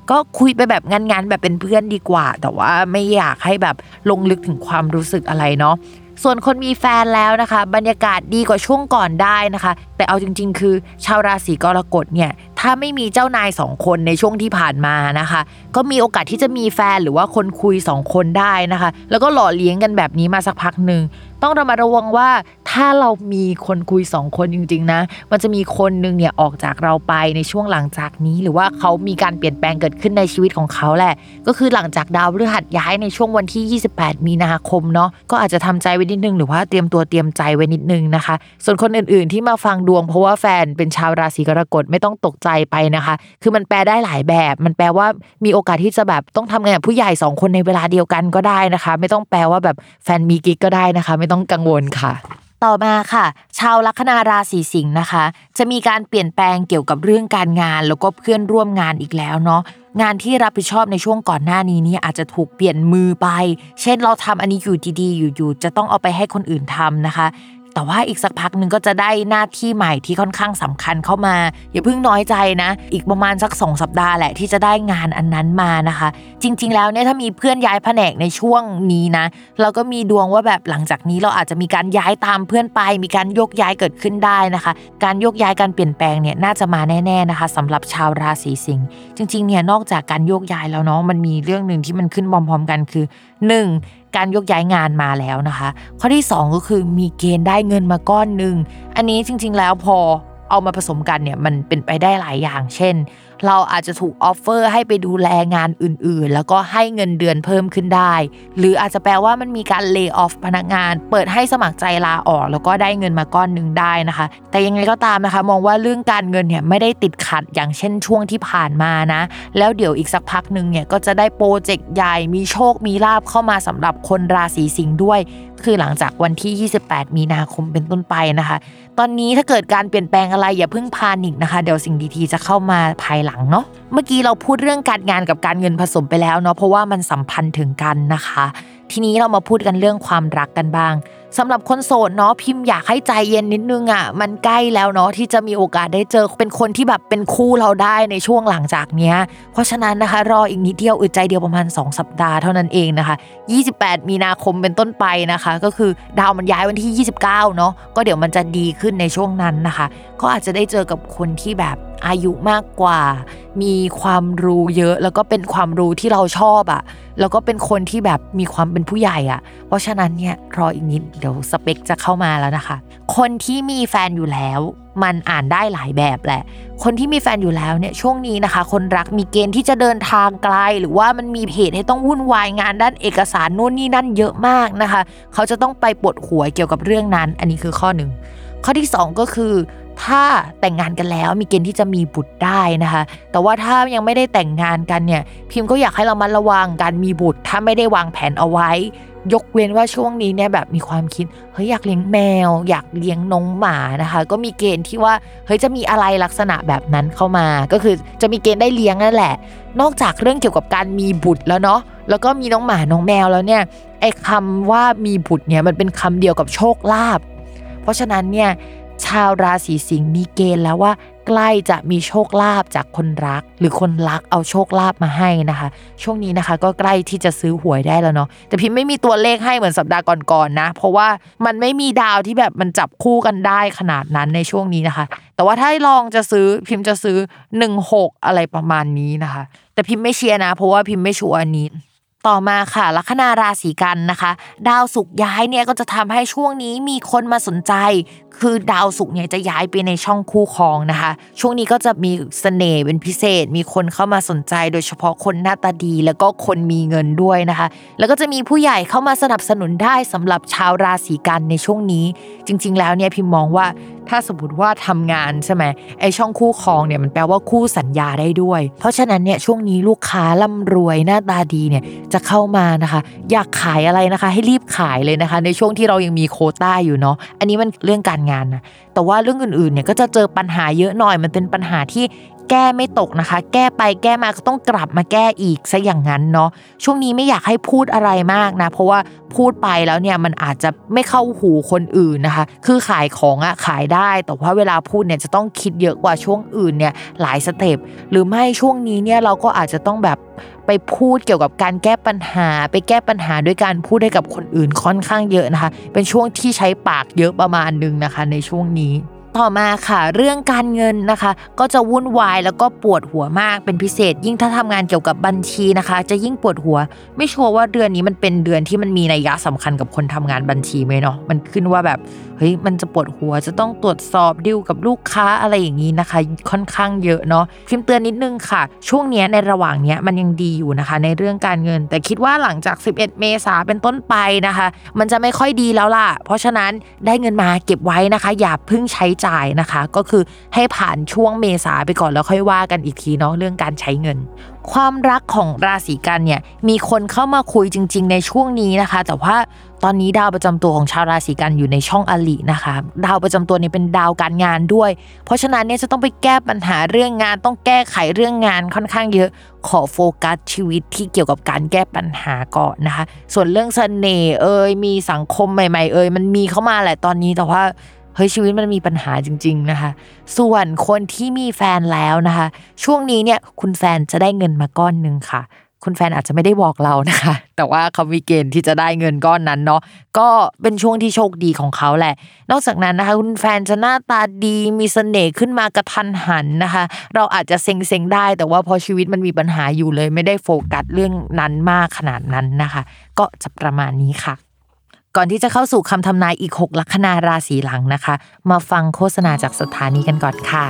ก็คุยไปแบบงานๆแบบเป็นเพื่อนดีกว่าแต่ว่าไม่อยากให้แบบลงลึกถึงความรู้สึกอะไรเนาะส่วนคนมีแฟนแล้วนะคะบรรยากาศดีกว่าช่วงก่อนได้นะคะแต่เอาจริงๆคือชาวราศีกรกฎเนี่ยถ้าไม่มีเจ้านาย2คนในช่วงที่ผ่านมานะคะก็มีโอกาสที่จะมีแฟนหรือว่าคนคุย2คนได้นะคะแล้วก็หล่อเลี้ยงกันแบบนี้มาสักพักนึงต้องระมัดระวังว่าถ้าเรามีคนคุย2คนจริงๆนะมันจะมีคนนึงเนี่ยออกจากเราไปในช่วงหลังจากนี้หรือว่าเขามีการเปลี่ยนแปลงเกิดขึ้นในชีวิตของเขาแหละก็คือหลังจากดาวพฤหัสย้ายในช่วงวันที่28มีนาคมเนาะก็อาจจะทำใจไว้นิดนึงหรือว่าเตรียมตัวเตรียมใจไว้นิดนึงนะคะส่วนคนอื่นๆที่มาฟังดวงเพราะว่าแฟนเป็นชาวราศีกรกฎไม่ต้องตกใจไปนะคะคือมันแปลได้หลายแบบมันแปลว่ามีโอกาสที่จะแบบต้องทำงานกับผู้ใหญ่2คนในเวลาเดียวกันก็ได้นะคะไม่ต้องแปลว่าแบบแฟนมีกิ๊กก็ได้นะคะไม่ต้องกังวลค่ะต่อมาค่ะชาวลัคนาราศีสิงห์นะคะจะมีการเปลี่ยนแปลงเกี่ยวกับเรื่องการงานแล้วก็เพื่อนร่วมงานอีกแล้วเนาะงานที่รับผิดชอบในช่วงก่อนหน้านี้เนี่ยอาจจะถูกเปลี่ยนมือไปเช่นเราทำอันนี้อยู่ดีๆอยู่ๆจะต้องเอาไปให้คนอื่นทำนะคะแต่ว่าอีกสักพักนึงก็จะได้หน้าที่ใหม่ที่ค่อนข้างสำคัญเข้ามาอย่าเพิ่งน้อยใจนะอีกประมาณสัก2 สัปดาห์แหละที่จะได้งานอันนั้นมานะคะจริงๆแล้วเนี่ยถ้ามีเพื่อนย้ายแผนกในช่วงนี้นะเราก็มีดวงว่าแบบหลังจากนี้เราอาจจะมีการย้ายตามเพื่อนไปมีการโยกย้ายเกิดขึ้นได้นะคะการโยกย้ายการเปลี่ยนแปลงเนี่ยน่าจะมาแน่ๆนะคะสำหรับชาวราศีสิงห์จริงๆเนี่ยนอกจากการโยกย้ายแล้วเนาะมันมีเรื่องนึงที่มันขึ้นพร้อมๆกันคือ1การยกย้ายงานมาแล้วนะคะข้อที่2ก็คือมีเกณฑ์ได้เงินมาก้อนนึงอันนี้จริงๆแล้วพอเอามาผสมกันเนี่ยมันเป็นไปได้หลายอย่างเช่นเราอาจจะถูกออฟเฟอร์ให้ไปดูแลงานอื่นๆแล้วก็ให้เงินเดือนเพิ่มขึ้นได้หรืออาจจะแปลว่ามันมีการเลย์ออฟพนักงานเปิดให้สมัครใจลาออกแล้วก็ได้เงินมาก้อนนึงได้นะคะแต่ยังไงก็ตามนะคะมองว่าเรื่องการเงินเนี่ยไม่ได้ติดขัดอย่างเช่นช่วงที่ผ่านมานะแล้วเดี๋ยวอีกสักพักนึงเนี่ยก็จะได้โปรเจกต์ใหญ่มีโชคมีลาภเข้ามาสำหรับคนราศีสิงห์ด้วยคือหลังจากวันที่28มีนาคมเป็นต้นไปนะคะตอนนี้ถ้าเกิดการเปลี่ยนแปลงอะไรอย่าเพิ่งพานิคนะคะเดี๋ยวสิ่งดีๆจะเข้ามาภายหลังเนาะเมื่อกี้เราพูดเรื่องการงานกับการเงินผสมไปแล้วเนาะเพราะว่ามันสัมพันธ์ถึงกันนะคะทีนี้เรามาพูดกันเรื่องความรักกันบ้างสำหรับคนโสดเนาะพิมพ์อยากให้ใจเย็นนิดนึงอ่ะมันใกล้แล้วเนาะที่จะมีโอกาสได้เจอเป็นคนที่แบบเป็นคู่เราได้ในช่วงหลังจากเนี้ยเพราะฉะนั้นนะคะรออีกนิดเดียวอึดใจเดียวประมาณ2 สัปดาห์เท่านั้นเองนะคะ28มีนาคมเป็นต้นไปนะคะก็คือดาวมันย้ายวันที่29เนาะก็เดี๋ยวมันจะดีขึ้นในช่วงนั้นนะคะก็อาจจะได้เจอกับคนที่แบบอายุมากกว่ามีความรู้เยอะแล้วก็เป็นความรู้ที่เราชอบอ่ะแล้วก็เป็นคนที่แบบมีความเป็นผู้ใหญ่อ่ะเพราะฉะนั้นเนี่ยรออีกนิดเดี๋ยวสเปคจะเข้ามาแล้วนะคะคนที่มีแฟนอยู่แล้วมันอ่านได้หลายแบบแหละคนที่มีแฟนอยู่แล้วเนี่ยช่วงนี้นะคะคนรักมีเกณฑ์ที่จะเดินทางไกลหรือว่ามันมีเหตุให้ต้องวุ่นวายงานด้านเอกสารนู่นนี่นั่นเยอะมากนะคะเขาจะต้องไปปวดหัวเกี่ยวกับเรื่องนั้นอันนี้คือข้อ1ข้อที่2ก็คือถ้าแต่งงานกันแล้วมีเกณฑ์ที่จะมีบุตรได้นะคะแต่ว่าถ้ายังไม่ได้แต่งงานกันเนี่ยพิมพ์ก็อยากให้เราระวังการมีบุตรถ้าไม่ได้วางแผนเอาไว้ยกเว้นว่าช่วงนี้เนี่ยแบบมีความคิดเฮ้ยอยากเลี้ยงแมวอยากเลี้ยงน้องหมานะคะก็มีเกณฑ์ที่ว่าเฮ้ยจะมีอะไรลักษณะแบบนั้นเข้ามาก็คือจะมีเกณฑ์ได้เลี้ยงนั่นแหละนอกจากเรื่องเกี่ยวกับการมีบุตรแล้วเนาะแล้วก็มีน้องหมาน้องแมวแล้วเนี่ยไอ้คำว่ามีบุตรเนี่ยมันเป็นคำเดียวกับโชคลาภเพราะฉะนั้นเนี่ยชาวราศีสิงห์มีเกณฑ์แล้วว่าใกล้จะมีโชคลาภจากคนรักหรือคนรักเอาโชคลาภมาให้นะคะช่วงนี้นะคะก็ใกล้ที่จะซื้อหวยได้แล้วเนาะแต่พิมไม่มีตัวเลขให้เหมือนสัปดาห์ก่อนๆนะเพราะว่ามันไม่มีดาวที่แบบมันจับคู่กันได้ขนาดนั้นในช่วงนี้นะคะแต่ว่าถ้าลองจะซื้อพิมจะซื้อ16อะไรประมาณนี้นะคะแต่พิมไม่เชียร์นะเพราะว่าพิมไม่ชัวร์อันนี้ต่อมาค่ะลัคนาราศีกันนะคะดาวศุกร์ย้ายเนี่ยก็จะทำให้ช่วงนี้มีคนมาสนใจคือดาวศุกร์เนี่ยจะย้ายไปในช่องคู่ครองนะคะช่วงนี้ก็จะมีเสน่ห์เป็นพิเศษมีคนเข้ามาสนใจโดยเฉพาะคนหน้าตาดีแล้วก็คนมีเงินด้วยนะคะแล้วก็จะมีผู้ใหญ่เข้ามาสนับสนุนได้สำหรับชาวราศีกันในช่วงนี้จริงๆแล้วเนี่ยพิมมองว่าถ้าสมมติว่าทำงานใช่ไหมไอช่องคู่ครองเนี่ยมันแปลว่าคู่สัญญาได้ด้วยเพราะฉะนั้นเนี่ยช่วงนี้ลูกค้าร่ำรวยหน้าตาดีเนี่ยจะเข้ามานะคะอยากขายอะไรนะคะให้รีบขายเลยนะคะในช่วงที่เรายังมีโควต้าอยู่เนาะอันนี้มันเรื่องการงานนะแต่ว่าเรื่องอื่นๆเนี่ยก็จะเจอปัญหาเยอะหน่อยมันเป็นปัญหาที่แก้ไม่ตกนะคะแก้ไปแก้มาก็ต้องกลับมาแก้อีกซะอย่างนั้นเนาะช่วงนี้ไม่อยากให้พูดอะไรมากนะเพราะว่าพูดไปแล้วเนี่ยมันอาจจะไม่เข้าหูคนอื่นนะคะคือขายของขายได้แต่ว่าเวลาพูดเนี่ยจะต้องคิดเยอะกว่าช่วงอื่นเนี่ยหลายสเต็ปหรือไม่ช่วงนี้เนี่ยเราก็อาจจะต้องแบบไปพูดเกี่ยวกับการแก้ปัญหาไปแก้ปัญหาด้วยการพูดให้กับคนอื่นค่อนข้างเยอะนะคะเป็นช่วงที่ใช้ปากเยอะประมาณนึงนะคะในช่วงนี้ต่อมาค่ะเรื่องการเงินนะคะก็จะวุ่นวายแล้วก็ปวดหัวมากเป็นพิเศษยิ่งถ้าทำงานเกี่ยวกับบัญชีนะคะจะยิ่งปวดหัวไม่ชัวร์ว่าเดือนนี้มันเป็นเดือนที่มันมีนัยยะสำคัญกับคนทำงานบัญชีไหมเนาะมันขึ้นว่าแบบเฮ้ยมันจะปวดหัวจะต้องตรวจสอบดีลกับลูกค้าอะไรอย่างนี้นะคะค่อนข้างเยอะเนาะพิมพ์เตือนนิดนึงค่ะช่วงนี้ในระหว่างนี้มันยังดีอยู่นะคะในเรื่องการเงินแต่คิดว่าหลังจาก11เมษายนเป็นต้นไปนะคะมันจะไม่ค่อยดีแล้วล่ะเพราะฉะนั้นได้เงินมาเก็บไว้นะคะอย่าเพิ่งใช้จ่ายนะคะก็คือให้ผ่านช่วงเมษาไปก่อนแล้วค่อยว่ากันอีกทีเนาะเรื่องการใช้เงินความรักของราศีกันเนี่ยมีคนเข้ามาคุยจริงๆในช่วงนี้นะคะแต่ว่าตอนนี้ดาวประจำตัวของชาวราศีกันอยู่ในช่องอรินะคะดาวประจำตัวนี้เป็นดาวการงานด้วยเพราะฉะนั้นเนี่ยจะต้องไปแก้ปัญหาเรื่องงานต้องแก้ไขเรื่องงานค่อนข้างเยอะขอโฟกัสชีวิตที่เกี่ยวกับการแก้ปัญหาก่อนนะคะส่วนเรื่องเสน่ห์มีสังคมใหม่ๆมันมีเข้ามาแหละตอนนี้แต่ว่าเฮ้ยชีวิตมันมีปัญหาจริงๆนะคะส่วนคนที่มีแฟนแล้วนะคะช่วงนี้เนี่ยคุณแฟนจะได้เงินมาก้อนนึงค่ะคุณแฟนอาจจะไม่ได้บอกเรานะคะแต่ว่าเขามีเกณฑ์ที่จะได้เงินก้อนนั้นเนาะก็เป็นช่วงที่โชคดีของเขาแหละนอกจากนั้นนะคะคุณแฟนจะหน้าตาดีมีเสน่ห์ขึ้นมากระทันหันนะคะเราอาจจะเซ็งๆได้แต่ว่าพอชีวิตมันมีปัญหาอยู่เลยไม่ได้โฟกัสเรื่องนั้นมากขนาดนั้นนะคะก็จะประมาณนี้ค่ะก่อนที่จะเข้าสู่คำทำนายอีก6ลัคนาราศีหลังนะคะมาฟังโฆษณาจากสถานีกันก่อนค่ะ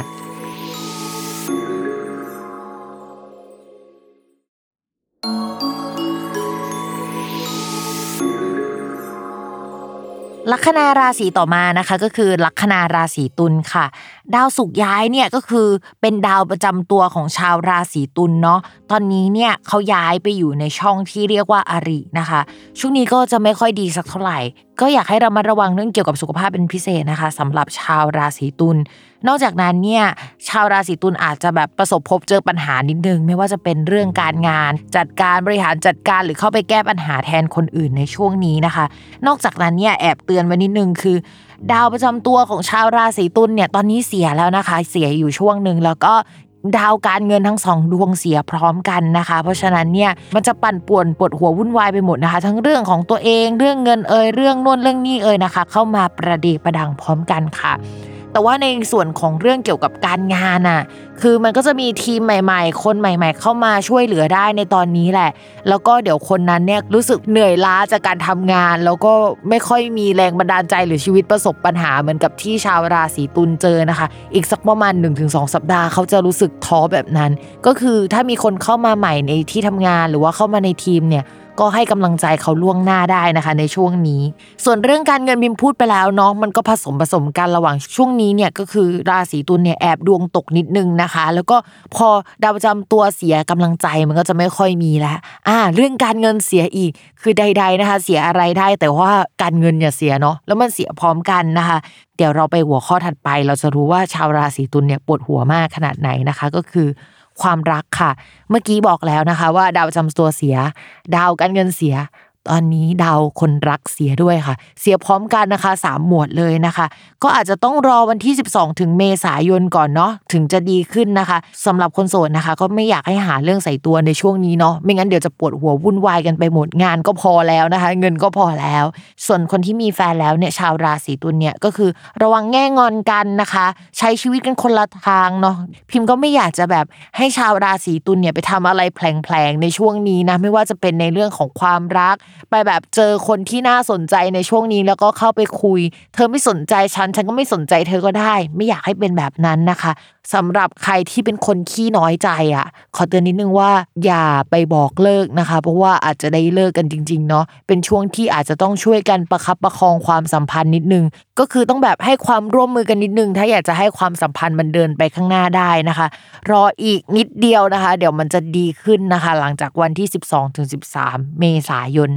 ลัคนาราศีต่อมานะคะก็คือลัคนาราศีตุลค่ะดาวศุกร์ย้ายเนี่ยก็คือเป็นดาวประจำตัวของชาวราศีตุลเนาะตอนนี้เนี่ยเขาย้ายไปอยู่ในช่องที่เรียกว่าอรินะคะช่วงนี้ก็จะไม่ค่อยดีสักเท่าไหร่ก็อยากให้เรามาระวังเรื่องเกี่ยวกับสุขภาพเป็นพิเศษนะคะสำหรับชาวราศีตุลนอกจากนั้นเนี่ยชาวราศีตุลอาจจะแบบประสบพบเจอปัญหานิดนึงไม่ว่าจะเป็นเรื่องการงานจัดการบริหารจัดการหรือเข้าไปแก้ปัญหาแทนคนอื่นในช่วงนี้นะคะนอกจากนั้นเนี่ยแอบเตือนไว้นิดนึงคือดาวประจำตัวของชาวราศีตุลเนี่ยตอนนี้เสียแล้วนะคะเสียอยู่ช่วงนึงแล้วก็ดาวการเงินทั้ง2ดวงเสียพร้อมกันนะคะเพราะฉะนั้นเนี่ยมันจะปั่นป่วนปวดหัววุ่นวายไปหมดนะคะทั้งเรื่องของตัวเองเรื่องเงินเรื่องโน่นเรื่องนี้นะคะเข้ามาประเดประดังพร้อมกันค่ะแต่ว่าในส่วนของเรื่องเกี่ยวกับการงานคือมันก็จะมีทีมใหม่ๆคนใหม่ๆเข้ามาช่วยเหลือได้ในตอนนี้แหละแล้วก็เดี๋ยวคนนั้นเนี่ยรู้สึกเหนื่อยล้าจากการทำงานแล้วก็ไม่ค่อยมีแรงบันดาลใจหรือชีวิตประสบปัญหาเหมือนกับที่ชาวราศีตุลเจอนะคะอีกสักประมาณ 1-2 สัปดาห์เขาจะรู้สึกท้อแบบนั้นก็คือถ้ามีคนเข้ามาใหม่ในที่ทำงานหรือว่าเข้ามาในทีมเนี่ยก็ให้กำลังใจเขาล่วงหน้าได้นะคะในช่วงนี้ส่วนเรื่องการเงินพิมพูดไปแล้วเนาะมันก็ผสมกันระหว่างช่วงนี้เนี่ยก็คือราศีตุลเนี่ยแอบดวงตกนิดนึงนะคะแล้วก็พอดาวประจำตัวเสียกำลังใจมันก็จะไม่ค่อยมีแล้วเรื่องการเงินเสียอีกคือใดๆนะคะเสียอะไรได้แต่ว่าการเงินอย่าเสียเนาะแล้วมันเสียพร้อมกันนะคะเดี๋ยวเราไปหัวข้อถัดไปเราจะรู้ว่าชาวราศีตุลเนี่ยปวดหัวมากขนาดไหนนะคะก็คือความรักค่ะเมื่อกี้บอกแล้วนะคะว่าดาวประจำตัวเสียดาวการเงินเสียตอนนี้ดาวคนรักเสียด้วยค่ะเสียพร้อมกันนะคะ3หมวดเลยนะคะก็อาจจะต้องรอวันที่12ถึงเมษายนก่อนเนาะถึงจะดีขึ้นนะคะสำหรับคนโสดนะคะก็ไม่อยากให้หาเรื่องใส่ตัวในช่วงนี้เนาะไม่งั้นเดี๋ยวจะปวดหัววุ่นวายกันไปหมดงานก็พอแล้วนะคะเงินก็พอแล้วส่วนคนที่มีแฟนแล้วเนี่ยชาวราศีตุลเนี่ยก็คือระวังแง่งอนกันนะคะใช้ชีวิตกันคนละทางเนาะพิมพ์ก็ไม่อยากจะแบบให้ชาวราศีตุลเนี่ยไปทำอะไรแผลงๆในช่วงนี้นะไม่ว่าจะเป็นในเรื่องของความรักไปแบบเจอคนที่น่าสนใจในช่วงนี้แล้วก็เข้าไปคุยเธอไม่สนใจฉันก็ไม่สนใจเธอก็ได้ไม่อยากให้เป็นแบบนั้นนะคะสำหรับใครที่เป็นคนขี้น้อยใจขอเตือนนิดนึงว่าอย่าไปบอกเลิกนะคะเพราะว่าอาจจะได้เลิกกันจริงๆเนาะเป็นช่วงที่อาจจะต้องช่วยกันประคับประคองความสัมพันธ์นิดนึงก็คือต้องแบบให้ความร่วมมือกันนิดนึงถ้าอยากจะให้ความสัมพันธ์มันเดินไปข้างหน้าได้นะคะรออีกนิดเดียวนะคะเดี๋ยวมันจะดีขึ้นนะคะหลังจากวันที่12-13 เมษายนนะ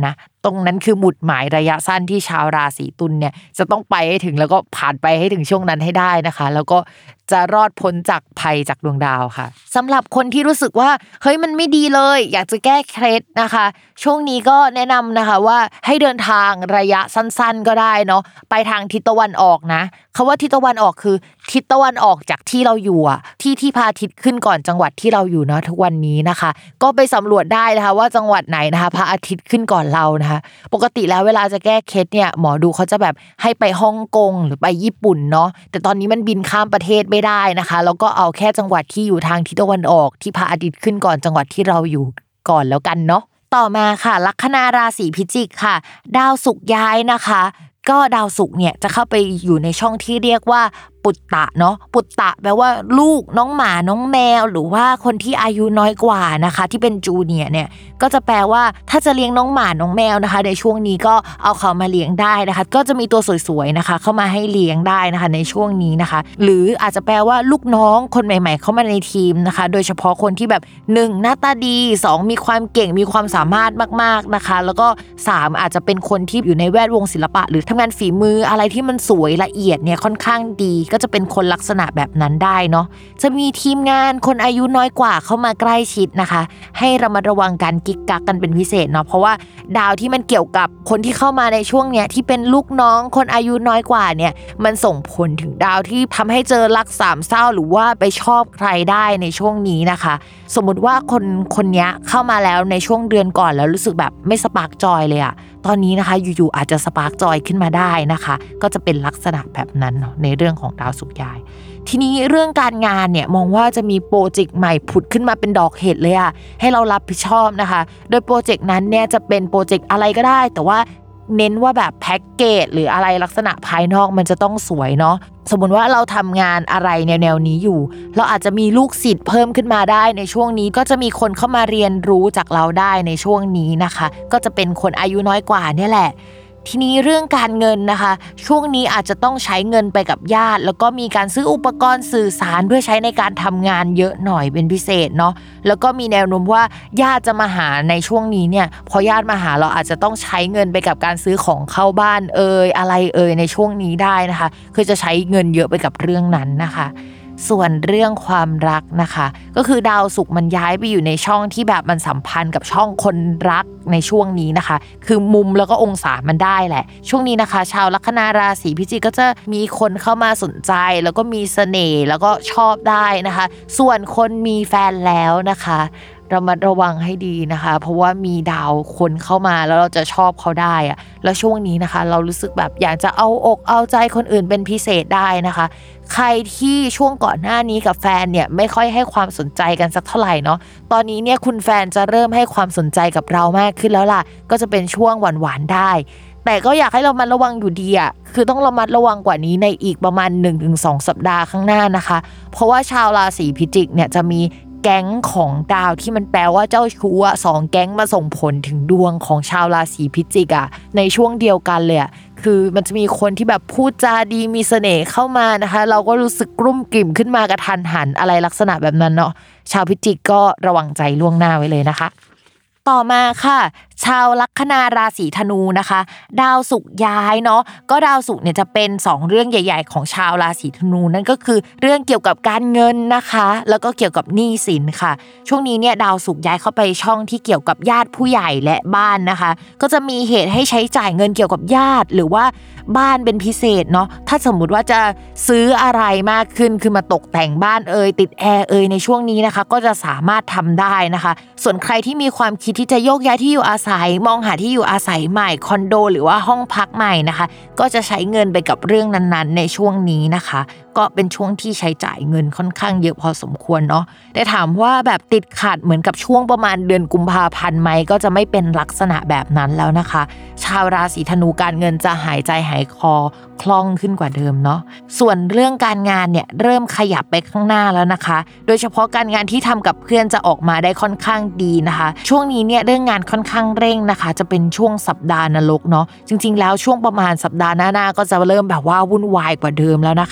ตรงนั้นคือหมุดหมายระยะสั้นที่ชาวราศีตุลเนี่ยจะต้องไปให้ถึงแล้วก็ผ่านไปให้ถึงช่วงนั้นให้ได้นะคะแล้วก็จะรอดพ้นจากภัยจากดวงดาวค่ะสำหรับคนที่รู้สึกว่าเฮ้ยมันไม่ดีเลยอยากจะแก้เคล็ดนะคะช่วงนี้ก็แนะนำนะคะว่าให้เดินทางระยะสั้นๆก็ได้เนาะไปทางทิศตะวันออกนะคำว่าทิศตะวันออกคือทิศตะวันออกจากที่เราอยู่อ่ะที่พระอาทิตย์ขึ้นก่อนจังหวัดที่เราอยู่เนาะทุกวันนี้นะคะก็ไปสำรวจได้นะคะว่าจังหวัดไหนนะคะพระอาทิตย์ขึ้นก่อนเรานะคะปกติแล้วเวลาจะแก้เคล็ดเนี่ยหมอดูเขาจะแบบให้ไปฮ่องกงหรือไปญี่ปุ่นเนาะแต่ตอนนี้มันบินข้ามประเทศไม่ได้นะคะแล้วก็เอาแค่จังหวัดที่อยู่ทางทิศตะวันออกที่พระอาทิตย์ขึ้นก่อนจังหวัดที่เราอยู่ก่อนแล้วกันเนาะต่อมาค่ะลัคนาราศีพิจิกค่ะดาวศุกร์ย้ายนะคะก็ดาวศุกร์เนี่ยจะเข้าไปอยู่ในช่องที่เรียกว่าปุตตะเนาะปุตตะแปลว่าลูกน้องหมาน้องแมวหรือว่าคนที่อายุน้อยกว่านะคะที่เป็นจูเนียร์เนี่ยก็จะแปลว่าถ้าจะเลี้ยงน้องหมาน้องแมวนะคะในช่วงนี้ก็เอาเขามาเลี้ยงได้นะคะก็จะมีตัวสวยๆนะคะเข้ามาให้เลี้ยงได้นะคะในช่วงนี้นะคะหรืออาจจะแปลว่าลูกน้องคนใหม่ๆเข้ามาในทีมนะคะโดยเฉพาะคนที่แบบ1หน้าตาดี2มีความเก่งมีความสามารถมากๆนะคะแล้วก็3อาจจะเป็นคนที่อยู่ในแวดวงศิลปะหรือทำงานฝีมืออะไรที่มันสวยละเอียดเนี่ยค่อนข้างดีก็จะเป็นคนลักษณะแบบนั้นได้เนาะจะมีทีมงานคนอายุน้อยกว่าเข้ามาใกล้ชิดนะคะให้ระมัดระวังการกิ๊กกักกันเป็นพิเศษเนาะเพราะว่าดาวที่มันเกี่ยวกับคนที่เข้ามาในช่วงเนี้ยที่เป็นลูกน้องคนอายุน้อยกว่าเนี่ยมันส่งผลถึงดาวที่ทำให้เจอรักสามเศร้าหรือว่าไปชอบใครได้ในช่วงนี้นะคะสมมุติว่าคนนี้เข้ามาแล้วในช่วงเดือนก่อนแล้วรู้สึกแบบไม่สปาร์กจอยเลยอะตอนนี้นะคะอยู่ๆอาจจะสปาร์กจอยขึ้นมาได้นะคะก็จะเป็นลักษณะแบบนั้นเนาะในเรื่องของดาวศุกร์ย้ายทีนี้เรื่องการงานเนี่ยมองว่าจะมีโปรเจกต์ใหม่ผุดขึ้นมาเป็นดอกเห็ดเลยอะให้เรารับผิดชอบนะคะโดยโปรเจกต์นั้นเนี่ยจะเป็นโปรเจกต์อะไรก็ได้แต่ว่าเน้นว่าแบบแพ็คเกจหรืออะไรลักษณะภายนอกมันจะต้องสวยเนาะสมมุติว่าเราทำงานอะไรแนวนี้อยู่เราอาจจะมีลูกศิษย์เพิ่มขึ้นมาได้ในช่วงนี้ก็จะมีคนเข้ามาเรียนรู้จากเราได้ในช่วงนี้นะคะก็จะเป็นคนอายุน้อยกว่าเนี่ยแหละทีนี้เรื่องการเงินนะคะช่วงนี้อาจจะต้องใช้เงินไปกับญาติแล้วก็มีการซื้ออุปกรณ์สื่อสารเพื่อใช้ในการทำงานเยอะหน่อยเป็นพิเศษเนาะแล้วก็มีแนวโน้มว่าญาติจะมาหาในช่วงนี้เนี่ยพอญาติมาหาเราอาจจะต้องใช้เงินไปกับการซื้อของเข้าบ้านอะไรในช่วงนี้ได้นะคะคือจะใช้เงินเยอะไปกับเรื่องนั้นนะคะส่วนเรื่องความรักนะคะก็คือดาวศุกร์มันย้ายไปอยู่ในช่องที่แบบมันสัมพันธ์กับช่องคนรักในช่วงนี้นะคะคือมุมแล้วก็องศามันได้แหละช่วงนี้นะคะชาวลัคนาราศีพิจิกก็จะมีคนเข้ามาสนใจแล้วก็มีเสน่ห์แล้วก็ชอบได้นะคะส่วนคนมีแฟนแล้วนะคะระมัดระวังให้ดีนะคะเพราะว่ามีดาวคนเข้ามาแล้วเราจะชอบเขาได้อะแล้วช่วงนี้นะคะเรารู้สึกแบบอยากจะเอาอกเอาใจคนอื่นเป็นพิเศษได้นะคะใครที่ช่วงก่อนหน้านี้กับแฟนเนี่ยไม่ค่อยให้ความสนใจกันสักเท่าไหร่เนาะตอนนี้เนี่ยคุณแฟนจะเริ่มให้ความสนใจกับเรามากขึ้นแล้วล่ะก็จะเป็นช่วงหวานๆได้แต่ก็อยากให้เราระวังอยู่ดีอ่ะคือต้องระมัดระวังกว่านี้ในอีกประมาณ 1-2 สัปดาห์ข้างหน้านะคะเพราะว่าชาวราศีพิจิกเนี่ยจะมีแก๊งของดาวที่มันแปลว่าเจ้าชู้อ่ะ2แก๊งมาส่งผลถึงดวงของชาวราศีพิจิกอ่ะในช่วงเดียวกันเลยอ่ะคือมันจะมีคนที่แบบพูดจาดีมีเสน่ห์เข้ามานะคะเราก็รู้สึกกลุ้มกลิ่มขึ้นมากระทันหันอะไรลักษณะแบบนั้นเนาะชาวพิจิกก็ระวังใจล่วงหน้าไว้เลยนะคะต่อมาค่ะชาวลัคนาราศีธนูนะคะดาวศุกร์ย้ายเนาะก็ดาวศุกร์เนี่ยจะเป็น2เรื่องใหญ่ๆของชาวราศีธนูนั่นก็คือเรื่องเกี่ยวกับการเงินนะคะแล้วก็เกี่ยวกับหนี้สินค่ะช่วงนี้เนี่ยดาวศุกร์ย้ายเข้าไปช่องที่เกี่ยวกับญาติผู้ใหญ่และบ้านนะคะก็จะมีเหตุให้ใช้จ่ายเงินเกี่ยวกับญาติหรือว่าบ้านเป็นพิเศษเนาะถ้าสมมุติว่าจะซื้ออะไรมากขึ้นคือมาตกแต่งบ้านติดแอร์ในช่วงนี้นะคะก็จะสามารถทำได้นะคะส่วนใครที่มีความคิดที่จะโยกย้ายที่อยู่อาศัยมองหาที่อยู่อาศัยใหม่คอนโดหรือว่าห้องพักใหม่นะคะก็จะใช้เงินไปกับเรื่องนั้นๆในช่วงนี้นะคะก็เป็นช่วงที่ใช้จ่ายเงินค่อนข้างเยอะพอสมควรเนาะแต่ถามว่าแบบติดขัดเหมือนกับช่วงประมาณเดือนกุมภาพันธ์ไหมก็จะไม่เป็นลักษณะแบบนั้นแล้วนะคะชาวราศีธนูการเงินจะหายใจหายคอคล่องขึ้นกว่าเดิมเนาะส่วนเรื่องการงานเนี่ยเริ่มขยับไปข้างหน้าแล้วนะคะโดยเฉพาะการงานที่ทำกับเพื่อนจะออกมาได้ค่อนข้างดีนะคะช่วงนี้เนี่ยเรื่องงานค่อนข้างเร่งนะคะจะเป็นช่วงสัปดาห์นรกเนาะจริงๆแล้วช่วงประมาณสัปดาห์หน้าก็จะเริ่มแบบว่าวุ่นวายกว่าเดิมแล้วนะคะก็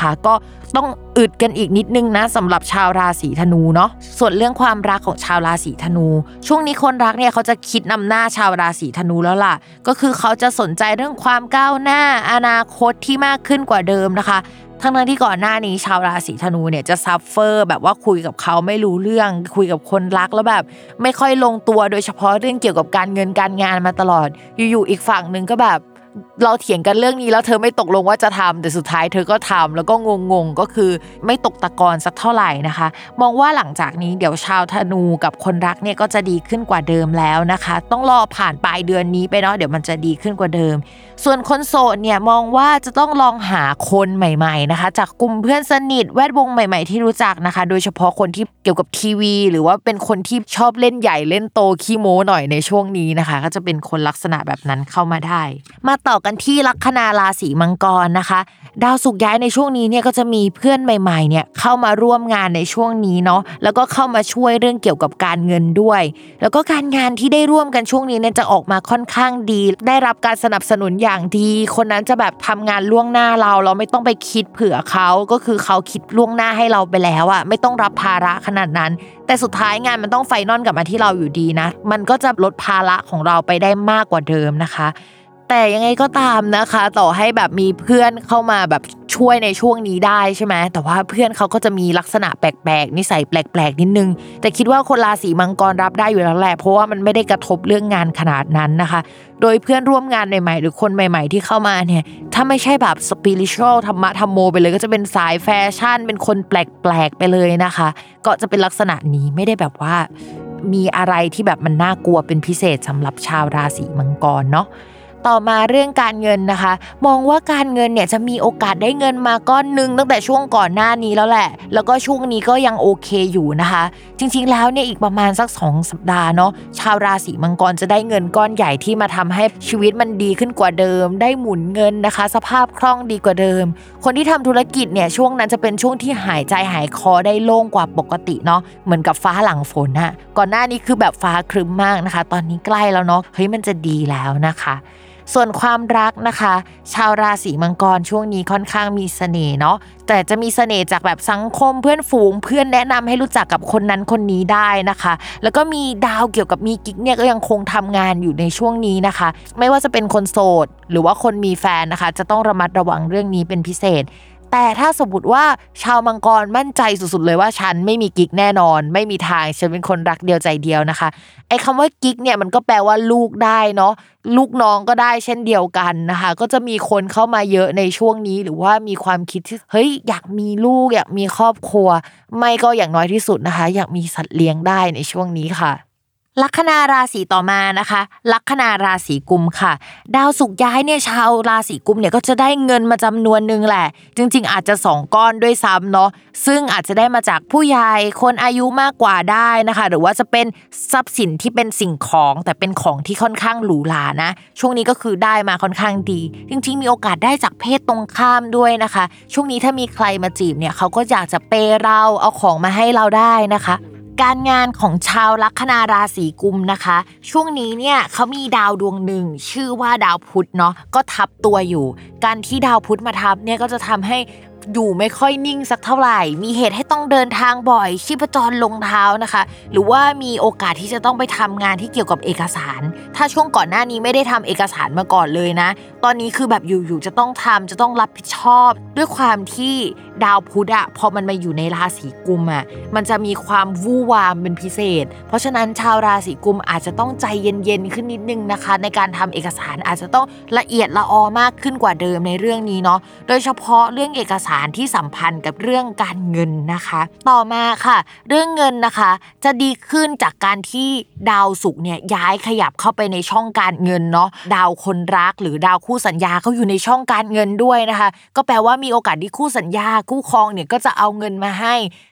ต้องอึดกันอีกนิดนึงนะสำหรับชาวราศีธนูเนาะส่วนเรื่องความรักของชาวราศีธนูช่วงนี้คนรักเนี่ยเขาจะคิดนำหน้าชาวราศีธนูแล้วล่ะก็คือเขาจะสนใจเรื่องความก้าวหน้าอนาคตที่มากขึ้นกว่าเดิมนะคะทั้งที่ก่อนหน้านี้ชาวราศีธนูเนี่ยจะซัฟเฟอร์แบบว่าคุยกับเขาไม่รู้เรื่องคุยกับคนรักแล้วแบบไม่ค่อยลงตัวโดยเฉพาะเรื่องเกี่ยวกับการเงินการงานมาตลอดอยู่ๆอีกฝั่งนึงก็แบบเราเถียงกันเรื่องนี้แล้วเธอไม่ตกลงว่าจะทำแต่สุดท้ายเธอก็ทำแล้วก็งงก็คือไม่ตกตะกอนสักเท่าไหร่นะคะมองว่าหลังจากนี้เดี๋ยวชาวธนูกับคนรักเนี่ยก็จะดีขึ้นกว่าเดิมแล้วนะคะต้องรอผ่านปลายเดือนนี้ไปเนาะเดี๋ยวมันจะดีขึ้นกว่าเดิมส่วนคนโสดเนี่ยมองว่าจะต้องลองหาคนใหม่ๆนะคะจากกลุ่มเพื่อนสนิทแวดวงใหม่ๆที่รู้จักนะคะโดยเฉพาะคนที่เกี่ยวกับทีวีหรือว่าเป็นคนที่ชอบเล่นใหญ่เล่นโตขี้โม้หน่อยในช่วงนี้นะคะก็จะเป็นคนลักษณะแบบนั้นเข้ามาได้มาต่อกันที่ลัคนาราศีมังกรนะคะดาวศุกร์ย้ายในช่วงนี้เนี่ยก็จะมีเพื่อนใหม่ๆเนี่ยเข้ามาร่วมงานในช่วงนี้เนาะแล้วก็เข้ามาช่วยเรื่องเกี่ยวกับการเงินด้วยแล้วก็การงานที่ได้ร่วมกันช่วงนี้เนี่ยจะออกมาค่อนข้างดีได้รับการสนับสนุนอย่างดีคนนั้นจะแบบทำงานล่วงหน้าเราไม่ต้องไปคิดเผื่อเขาก็คือเขาคิดล่วงหน้าให้เราไปแล้วอะไม่ต้องรับภาระขนาดนั้นแต่สุดท้ายงานมันต้องไฟนอลกลับมาที่เราอยู่ดีนะมันก็จะลดภาระของเราไปได้มากกว่าเดิมนะคะแต่ยังไงก็ตามนะคะต่อให้แบบมีเพื่อนเข้ามาแบบช่วยในช่วงนี้ได้ใช่ไหมแต่ว่าเพื่อนเขาก็จะมีลักษณะแปลกๆนิสัยแปลกๆนิดนึงแต่คิดว่าคนราศีมังกรรับได้อยู่แล้วแหละเพราะว่ามันไม่ได้กระทบเรื่องงานขนาดนั้นนะคะโดยเพื่อนร่วมงานใหม่ๆหรือคนใหม่ๆที่เข้ามาเนี่ยถ้าไม่ใช่แบบสปิริชวลธรรมะธรรมโมไปเลยก็จะเป็นสายแฟชั่นเป็นคนแปลกๆไปเลยนะคะก็จะเป็นลักษณะนี้ไม่ได้แบบว่ามีอะไรที่แบบมันน่ากลัวเป็นพิเศษสำหรับชาวราศีมังกรเนาะต่อมาเรื่องการเงินนะคะมองว่าการเงินเนี่ยจะมีโอกาสได้เงินมาก้อนนึงตั้งแต่ช่วงก่อนหน้านี้แล้วแหละแล้วก็ช่วงนี้ก็ยังโอเคอยู่นะคะจริงๆแล้วเนี่ยอีกประมาณสัก2 สัปดาห์เนาะชาวราศีมังกรจะได้เงินก้อนใหญ่ที่มาทำให้ชีวิตมันดีขึ้นกว่าเดิมได้หมุนเงินนะคะสภาพคล่องดีกว่าเดิมคนที่ทำธุรกิจเนี่ยช่วงนั้นจะเป็นช่วงที่หายใจหายคอได้โล่งกว่าปกติเนาะเหมือนกับฟ้าหลังฝนอะก่อนหน้านี้คือแบบฟ้าครึ้มมากนะคะตอนนี้ใกล้แล้วเนาะเฮ้ยมันจะดีแล้วนะคะส่วนความรักนะคะชาวราศีมังกรช่วงนี้ค่อนข้างมีเสน่ห์เนาะแต่จะมีเสน่ห์จากแบบสังคมเพื่อนฝูงเพื่อนแนะนำให้รู้จักกับคนนั้นคนนี้ได้นะคะแล้วก็มีดาวเกี่ยวกับมีกิ๊กเนี่ยก็ยังคงทำงานอยู่ในช่วงนี้นะคะไม่ว่าจะเป็นคนโสดหรือว่าคนมีแฟนนะคะจะต้องระมัดระวังเรื่องนี้เป็นพิเศษแต่ถ้าสมมติว่าชาวมังกรมั่นใจสุดๆเลยว่าฉันไม่มีกิ๊กแน่นอนไม่มีทางฉันเป็นคนรักเดียวใจเดียวนะคะไอ้คำว่ากิ๊กเนี่ยมันก็แปลว่าลูกได้เนาะลูกน้องก็ได้เช่นเดียวกันนะคะก็จะมีคนเข้ามาเยอะในช่วงนี้หรือว่ามีความคิดที่เฮ้ยอยากมีลูกอยากมีครอบครัวไม่ก็อย่างน้อยที่สุดนะคะอยากมีสัตว์เลี้ยงได้ในช่วงนี้ค่ะลัคนาราศีต่อมานะคะลัคนาราศีกุมค่ะดาวศุกร์ย้ายเนี่ยชาวราศีกุมเนี่ยก็จะได้เงินมาจำนวนนึงแหละจริงๆอาจจะ2 ก้อนด้วยซ้ำเนาะซึ่งอาจจะได้มาจากผู้ใหญ่คนอายุมากกว่าได้นะคะหรือว่าจะเป็นทรัพย์สินที่เป็นสิ่งของแต่เป็นของที่ค่อนข้างหรูหรานะช่วงนี้ก็คือได้มาค่อนข้างดีจริงๆมีโอกาสได้จากเพศตรงข้ามด้วยนะคะช่วงนี้ถ้ามีใครมาจีบเนี่ยเขาก็อยากจะเปย์เราเอาของมาให้เราได้นะคะการงานของชาวลัคนาราศีกุมนะคะช่วงนี้เนี่ยเขามีดาวดวงหนึ่งชื่อว่าดาวพุธเนาะก็ทับตัวอยู่การที่ดาวพุธมาทับเนี่ยก็จะทำให้อยู่ไม่ค่อยนิ่งสักเท่าไหร่มีเหตุให้ต้องเดินทางบ่อยชีพจรลงเท้านะคะหรือว่ามีโอกาสที่จะต้องไปทำงานที่เกี่ยวกับเอกสารถ้าช่วงก่อนหน้านี้ไม่ได้ทำเอกสารมาก่อนเลยนะตอนนี้คือแบบอยู่ๆจะต้องทำจะต้องรับผิดชอบด้วยความที่ดาวพุธอะพอมันมาอยู่ในราศีกุมอะมันจะมีความวู่วามเป็นพิเศษเพราะฉะนั้นชาวราศีกุมอาจจะต้องใจเย็นๆขึ้นนิดนึงนะคะในการทำเอกสารอาจจะต้องละเอียดละออมากขึ้นกว่าเดิมในเรื่องนี้เนาะโดยเฉพาะเรื่องเอกสารที่สัมพันธ์กับเรื่องการเงินนะคะต่อมาค่ะเรื่องเงินนะคะจะดีขึ้นจากการที่ดาวศุกร์เนี่ยย้ายขยับเข้าไปในช่องการเงินเนาะดาวคนรักหรือดาวคู่สัญญาเขาอยู่ในช่องการเงินด้วยนะคะก็แปลว่ามีโอกาสที่คู่สัญญาคู่ครองเนี่ยก็จะเอาเงินมาให้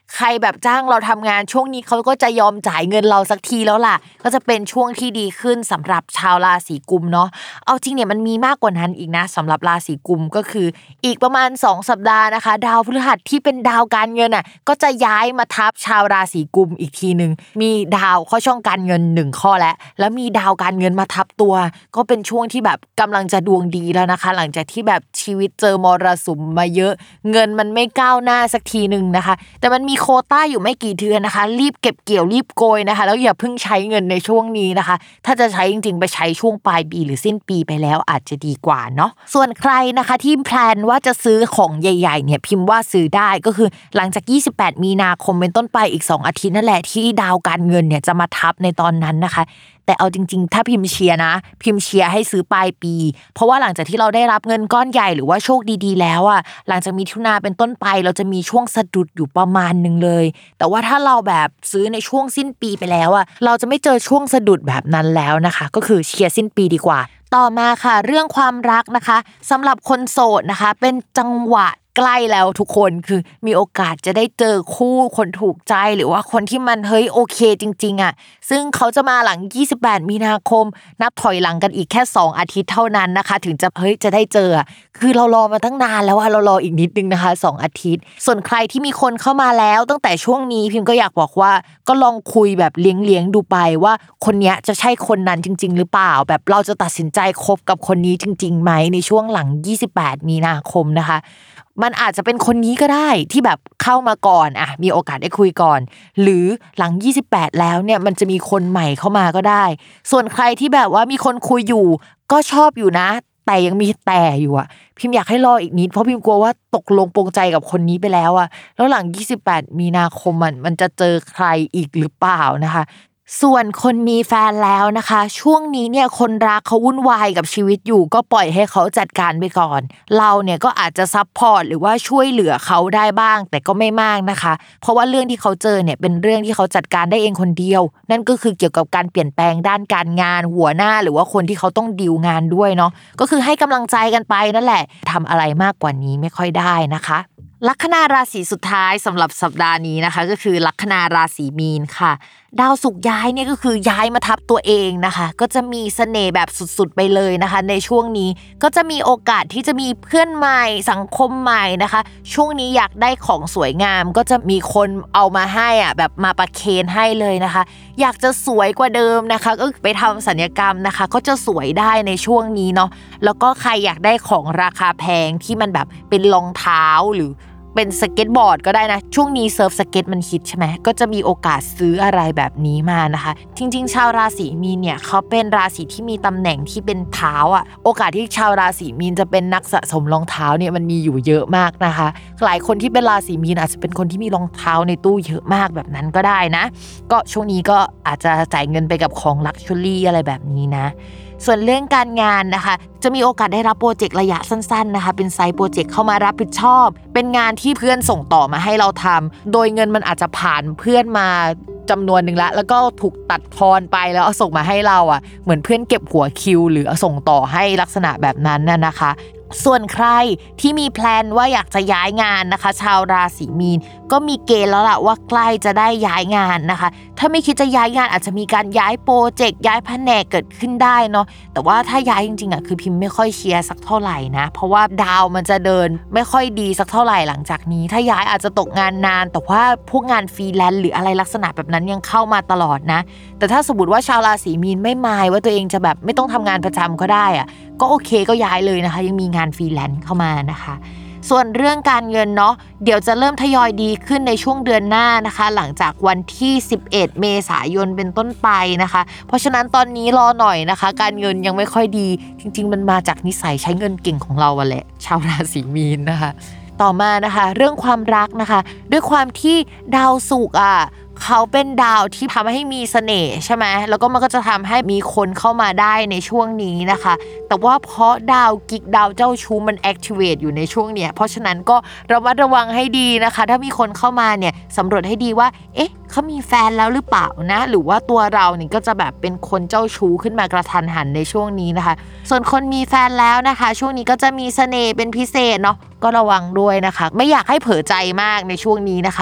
ใครแบบจ้างเราทำงานช่วงนี้เขาก็จะยอมจ่ายเงินเราสักทีแล้วล่ะก็จะเป็นช่วงที่ดีขึ้นสำหรับชาวราศีกุมเนาะเอาจริงเนี่ยมันมีมากกว่านั้นอีกนะสำหรับราศีกุมก็คืออีกประมาณ2สัปดาห์นะคะดาวพฤหัสที่เป็นดาวการเงินก็จะย้ายมาทับชาวราศีกุมอีกทีนึงมีดาวข้อช่องการเงิน1ข้อแล้วมีดาวการเงินมาทับตัวก็เป็นช่วงที่แบบกำลังจะดวงดีแล้วนะคะหลังจากที่แบบชีวิตเจอมรสุมมาเยอะเงินมันไม่ก้าวหน้าสักทีนึงนะคะแต่มันมีโควต้าอยู่ไม่กี่เดือนนะคะรีบเก็บเกี่ยวรีบโกยนะคะแล้วอย่าเพิ่งใช้เงินในช่วงนี้นะคะถ้าจะใช้จริงๆไปใช้ช่วงปลายปีหรือสิ้นปีไปแล้วอาจจะดีกว่าเนาะส่วนใครนะคะที่แพลนว่าจะซื้อของใหญ่ๆเนี่ยพิมพ์ว่าซื้อได้ก็คือหลังจาก28มีนาคมเป็นต้นไปอีก2อาทิตย์นั่นแหละที่ดาวการเงินเนี่ยจะมาทับในตอนนั้นนะคะแต่เอาจริงๆถ้าพิมพ์เชียร์นะพิมพ์เชียร์ให้ซื้อปลายปีเพราะว่าหลังจากที่เราได้รับเงินก้อนใหญ่หรือว่าโชคดีๆแล้วหลังจากมิถุนาเป็นต้นไปเราจะมีช่วงสะดุดอยู่ประมาณนึงเลยแต่ว่าถ้าเราแบบซื้อในช่วงสิ้นปีไปแล้วเราจะไม่เจอช่วงสะดุดแบบนั้นแล้วนะคะก็คือเชียร์สิ้นปีดีกว่าต่อมาค่ะเรื่องความรักนะคะสำหรับคนโสดนะคะเป็นจังหวะใกล้แล้วทุกคนคือมีโอกาสจะได้เจอคู่คนถูกใจหรือว่าคนที่มันเฮ้ยโอเคจริงๆซึ่งเขาจะมาหลัง28มีนาคมนับถอยหลังกันอีกแค่2อาทิตย์เท่านั้นนะคะถึงจะได้เจอคือเรารอมาตั้งนานแล้วเรารออีกนิดนึงนะคะ2อาทิตย์ส่วนใครที่มีคนเข้ามาแล้วตั้งแต่ช่วงนี้พิมก็อยากบอกว่าก็ลองคุยแบบเลี้ยงดูไปว่าคนเนี้ยจะใช่คนนั้นจริงๆหรือเปล่าแบบเราจะตัดสินใจคบกับคนนี้จริงๆไหมในช่วงหลัง28มีนาคมนะคะมันอาจจะเป็นคนนี้ก็ได้ที่แบบเข้ามาก่อนมีโอกาสได้คุยก่อนหรือหลัง28แล้วเนี่ยมันจะมีคนใหม่เข้ามาก็ได้ส่วนใครที่แบบว่ามีคนคุยอยู่ก็ชอบอยู่นะแต่ยังมีแต่อยู่พิมอยากให้รออีกนิดเพราะพิมกลัวว่าตกลงปลงใจกับคนนี้ไปแล้วแล้วหลัง28มีนาคมมันจะเจอใครอีกหรือเปล่านะคะส่วนคนมีแฟนแล้วนะคะช่วงนี้เนี่ยคนรักเขาวุ่นวายกับชีวิตอยู่ก็ปล่อยให้เขาจัดการไปก่อนเราเนี่ยก็อาจจะซัพพอร์ตหรือว่าช่วยเหลือเขาได้บ้างแต่ก็ไม่มากนะคะเพราะว่าเรื่องที่เขาเจอเนี่ยเป็นเรื่องที่เขาจัดการได้เองคนเดียวนั่นก็คือเกี่ยวกับการเปลี่ยนแปลงด้านการงานหัวหน้าหรือว่าคนที่เขาต้องดีลงานด้วยเนาะก็คือให้กำลังใจกันไปนั่นแหละทำอะไรมากกว่านี้ไม่ค่อยได้นะคะลัคนาราศีสุดท้ายสำหรับสัปดาห์นี้นะคะก็คือลัคนาราศีมีนค่ะดาวศุกร์ย้ายเนี่ยก็คือย้ายมาทับตัวเองนะคะก็จะมีเสน่ห์แบบสุดๆไปเลยนะคะในช่วงนี้ก็จะมีโอกาสที่จะมีเพื่อนใหม่สังคมใหม่นะคะช่วงนี้อยากได้ของสวยงามก็จะมีคนเอามาให้แบบมาประเคนให้เลยนะคะอยากจะสวยกว่าเดิมนะคะก็ไปทำศัลยกรรมนะคะก็จะสวยได้ในช่วงนี้เนาะแล้วก็ใครอยากได้ของราคาแพงที่มันแบบเป็นรองเท้าหรือเป็นสเก็ตบอร์ดก็ได้นะช่วงนี้เซิร์ฟสเก็ตมันฮิตใช่ไหมก็จะมีโอกาสซื้ออะไรแบบนี้มานะคะจริงๆชาวราศีมีนเนี่ยเขาเป็นราศีที่มีตำแหน่งที่เป็นเท้าโอกาสที่ชาวราศีมีนจะเป็นนักสะสมรองเท้าเนี่ยมันมีอยู่เยอะมากนะคะหลายคนที่เป็นราศีมีนอาจจะเป็นคนที่มีรองเท้าในตู้เยอะมากแบบนั้นก็ได้นะก็ช่วงนี้ก็อาจจะจ่ายเงินไปกับของลักชัวรี่อะไรแบบนี้นะส่วนเรื่องการงานนะคะจะมีโอกาสได้รับโปรเจกต์ระยะสั้นๆนะคะเป็นไซต์โปรเจกต์เข้ามารับผิดชอบเป็นงานที่เพื่อนส่งต่อมาให้เราทำโดยเงินมันอาจจะผ่านเพื่อนมาจำนวนหนึ่งแล้วก็ถูกตัดทอนไปแล้วเอาส่งมาให้เราเหมือนเพื่อนเก็บหัวคิวหรือเอาส่งต่อให้ลักษณะแบบนั้นนะคะส่วนใครที่มีแพลนว่าอยากจะย้ายงานนะคะชาวราศีมีนก็มีเกณฑ์แล้วล่ะว่าใกล้จะได้ย้ายงานนะคะถ้าไม่คิดจะย้ายงานอาจจะมีการย้ายโปรเจกต์ย้ายแผนกเกิดขึ้นได้เนาะแต่ว่าถ้าย้ายจริงๆคือพิมพ์ไม่ค่อยเชียร์สักเท่าไหร่นะเพราะว่าดาวมันจะเดินไม่ค่อยดีสักเท่าไหร่หลังจากนี้ถ้าย้ายอาจจะตกงานนานแต่ว่าพวกงานฟรีแลนซ์หรืออะไรลักษณะแบบนั้นยังเข้ามาตลอดนะแต่ถ้าสมมติว่าชาวราศีมีนไม่มายว่าตัวเองจะแบบไม่ต้องทำงานประจำก็ได้ก็โอเคก็ย้ายเลยนะคะยังมีงานฟรีแลนซ์เข้ามานะคะส่วนเรื่องการเงินเนาะเดี๋ยวจะเริ่มทยอยดีขึ้นในช่วงเดือนหน้านะคะหลังจากวันที่11เมษายนเป็นต้นไปนะคะเพราะฉะนั้นตอนนี้รอหน่อยนะคะการเงินยังไม่ค่อยดีจริงๆมันมาจากนิสัยใช้เงินเก่งของเราแหละชาวราศีมีนนะคะต่อมานะคะเรื่องความรักนะคะด้วยความที่ดาวศุกร์เขาเป็นดาวที่ทำให้มีเสน่ห์ใช่ไหมแล้วก็มันก็จะทำให้มีคนเข้ามาได้ในช่วงนี้นะคะแต่ว่าเพราะดาวกิ๊กดาวเจ้าชู้มัน activate อยู่ในช่วงเนี้ยเพราะฉะนั้นก็ระมัดระวังให้ดีนะคะถ้ามีคนเข้ามาเนี่ยสำรวจให้ดีว่าเอ๊ะเขามีแฟนแล้วหรือเปล่านะหรือว่าตัวเราเนี่ยก็จะแบบเป็นคนเจ้าชู้ขึ้นมากระทันหันในช่วงนี้นะคะส่วนคนมีแฟนแล้วนะคะช่วงนี้ก็จะมีเสน่ห์เป็นพิเศษเนาะก็ระวังด้วยนะคะไม่อยากให้เผลอใจมากในช่วงนี้นะคะ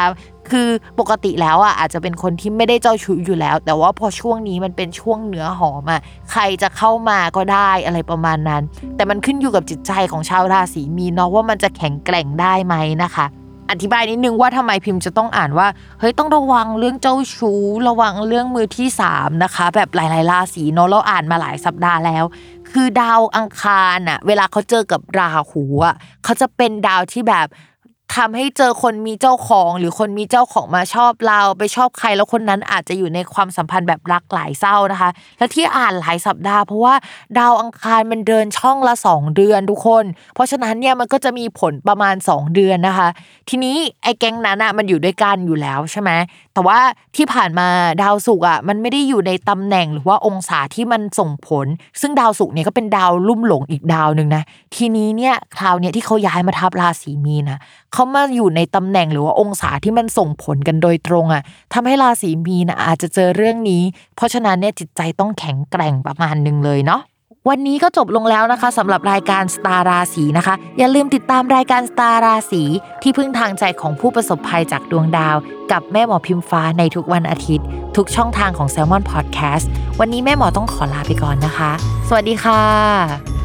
คือปกติแล้วอ่ะอาจจะเป็นคนที่ไม่ได้เจ้าชู้อยู่แล้วแต่ว่าพอช่วงนี้มันเป็นช่วงเนื้อหอมอ่ะใครจะเข้ามาก็ได้อะไรประมาณนั้นแต่มันขึ้นอยู่กับจิตใจของชาวราศีมีนเนาะว่ามันจะแข็งแกร่งได้ไหมนะคะอธิบายนิดนึงว่าทำไมพิมพ์จะต้องอ่านว่าเฮ้ยต้องระวังเรื่องเจ้าชู้ระวังเรื่องมือที่3นะคะแบบหลายๆราศีเนาะเราอ่านมาหลายสัปดาห์แล้วคือดาวอังคารน่ะเวลาเขาเจอกับราหูอ่ะเขาจะเป็นดาวที่แบบทำให้เจอคนมีเจ้าของหรือคนมีเจ้าของมาชอบเราไปชอบใครแล้วคนนั้นอาจจะอยู่ในความสัมพันธ์แบบรักหลายเศร้านะคะและที่อ่านหลายสัปดาห์เพราะว่าดาวอังคารมันเดินช่องละ2เดือนทุกคนเพราะฉะนั้นเนี่ยมันก็จะมีผลประมาณ2เดือนนะคะทีนี้ไอ้แก๊งนั้นน่ะมันอยู่ด้วยกันอยู่แล้วใช่ไหมแต่ว่าที่ผ่านมาดาวศุกร์อ่ะมันไม่ได้อยู่ในตำแหน่งหรือว่าองศาที่มันส่งผลซึ่งดาวศุกร์เนี่ยก็เป็นดาวลุ่มหลงอีกดาวนึงนะทีนี้เนี่ยคราวเนี่ยที่เขาย้ายมาทับราศีมีนนะเขามาอยู่ในตำแหน่งหรือว่าองศาที่มันส่งผลกันโดยตรงอ่ะทำให้ราศีมีนอาจจะเจอเรื่องนี้เพราะฉะนั้นเนี่ยจิตใจต้องแข็งแกร่งประมาณนึงเลยเนาะวันนี้ก็จบลงแล้วนะคะสำหรับรายการสตาร์ราศีนะคะอย่าลืมติดตามรายการสตาร์ราศีที่พึ่งทางใจของผู้ประสบภัยจากดวงดาวกับแม่หมอพิมฟ้าในทุกวันอาทิตย์ทุกช่องทางของ Salmon Podcast วันนี้แม่หมอต้องขอลาไปก่อนนะคะสวัสดีค่ะ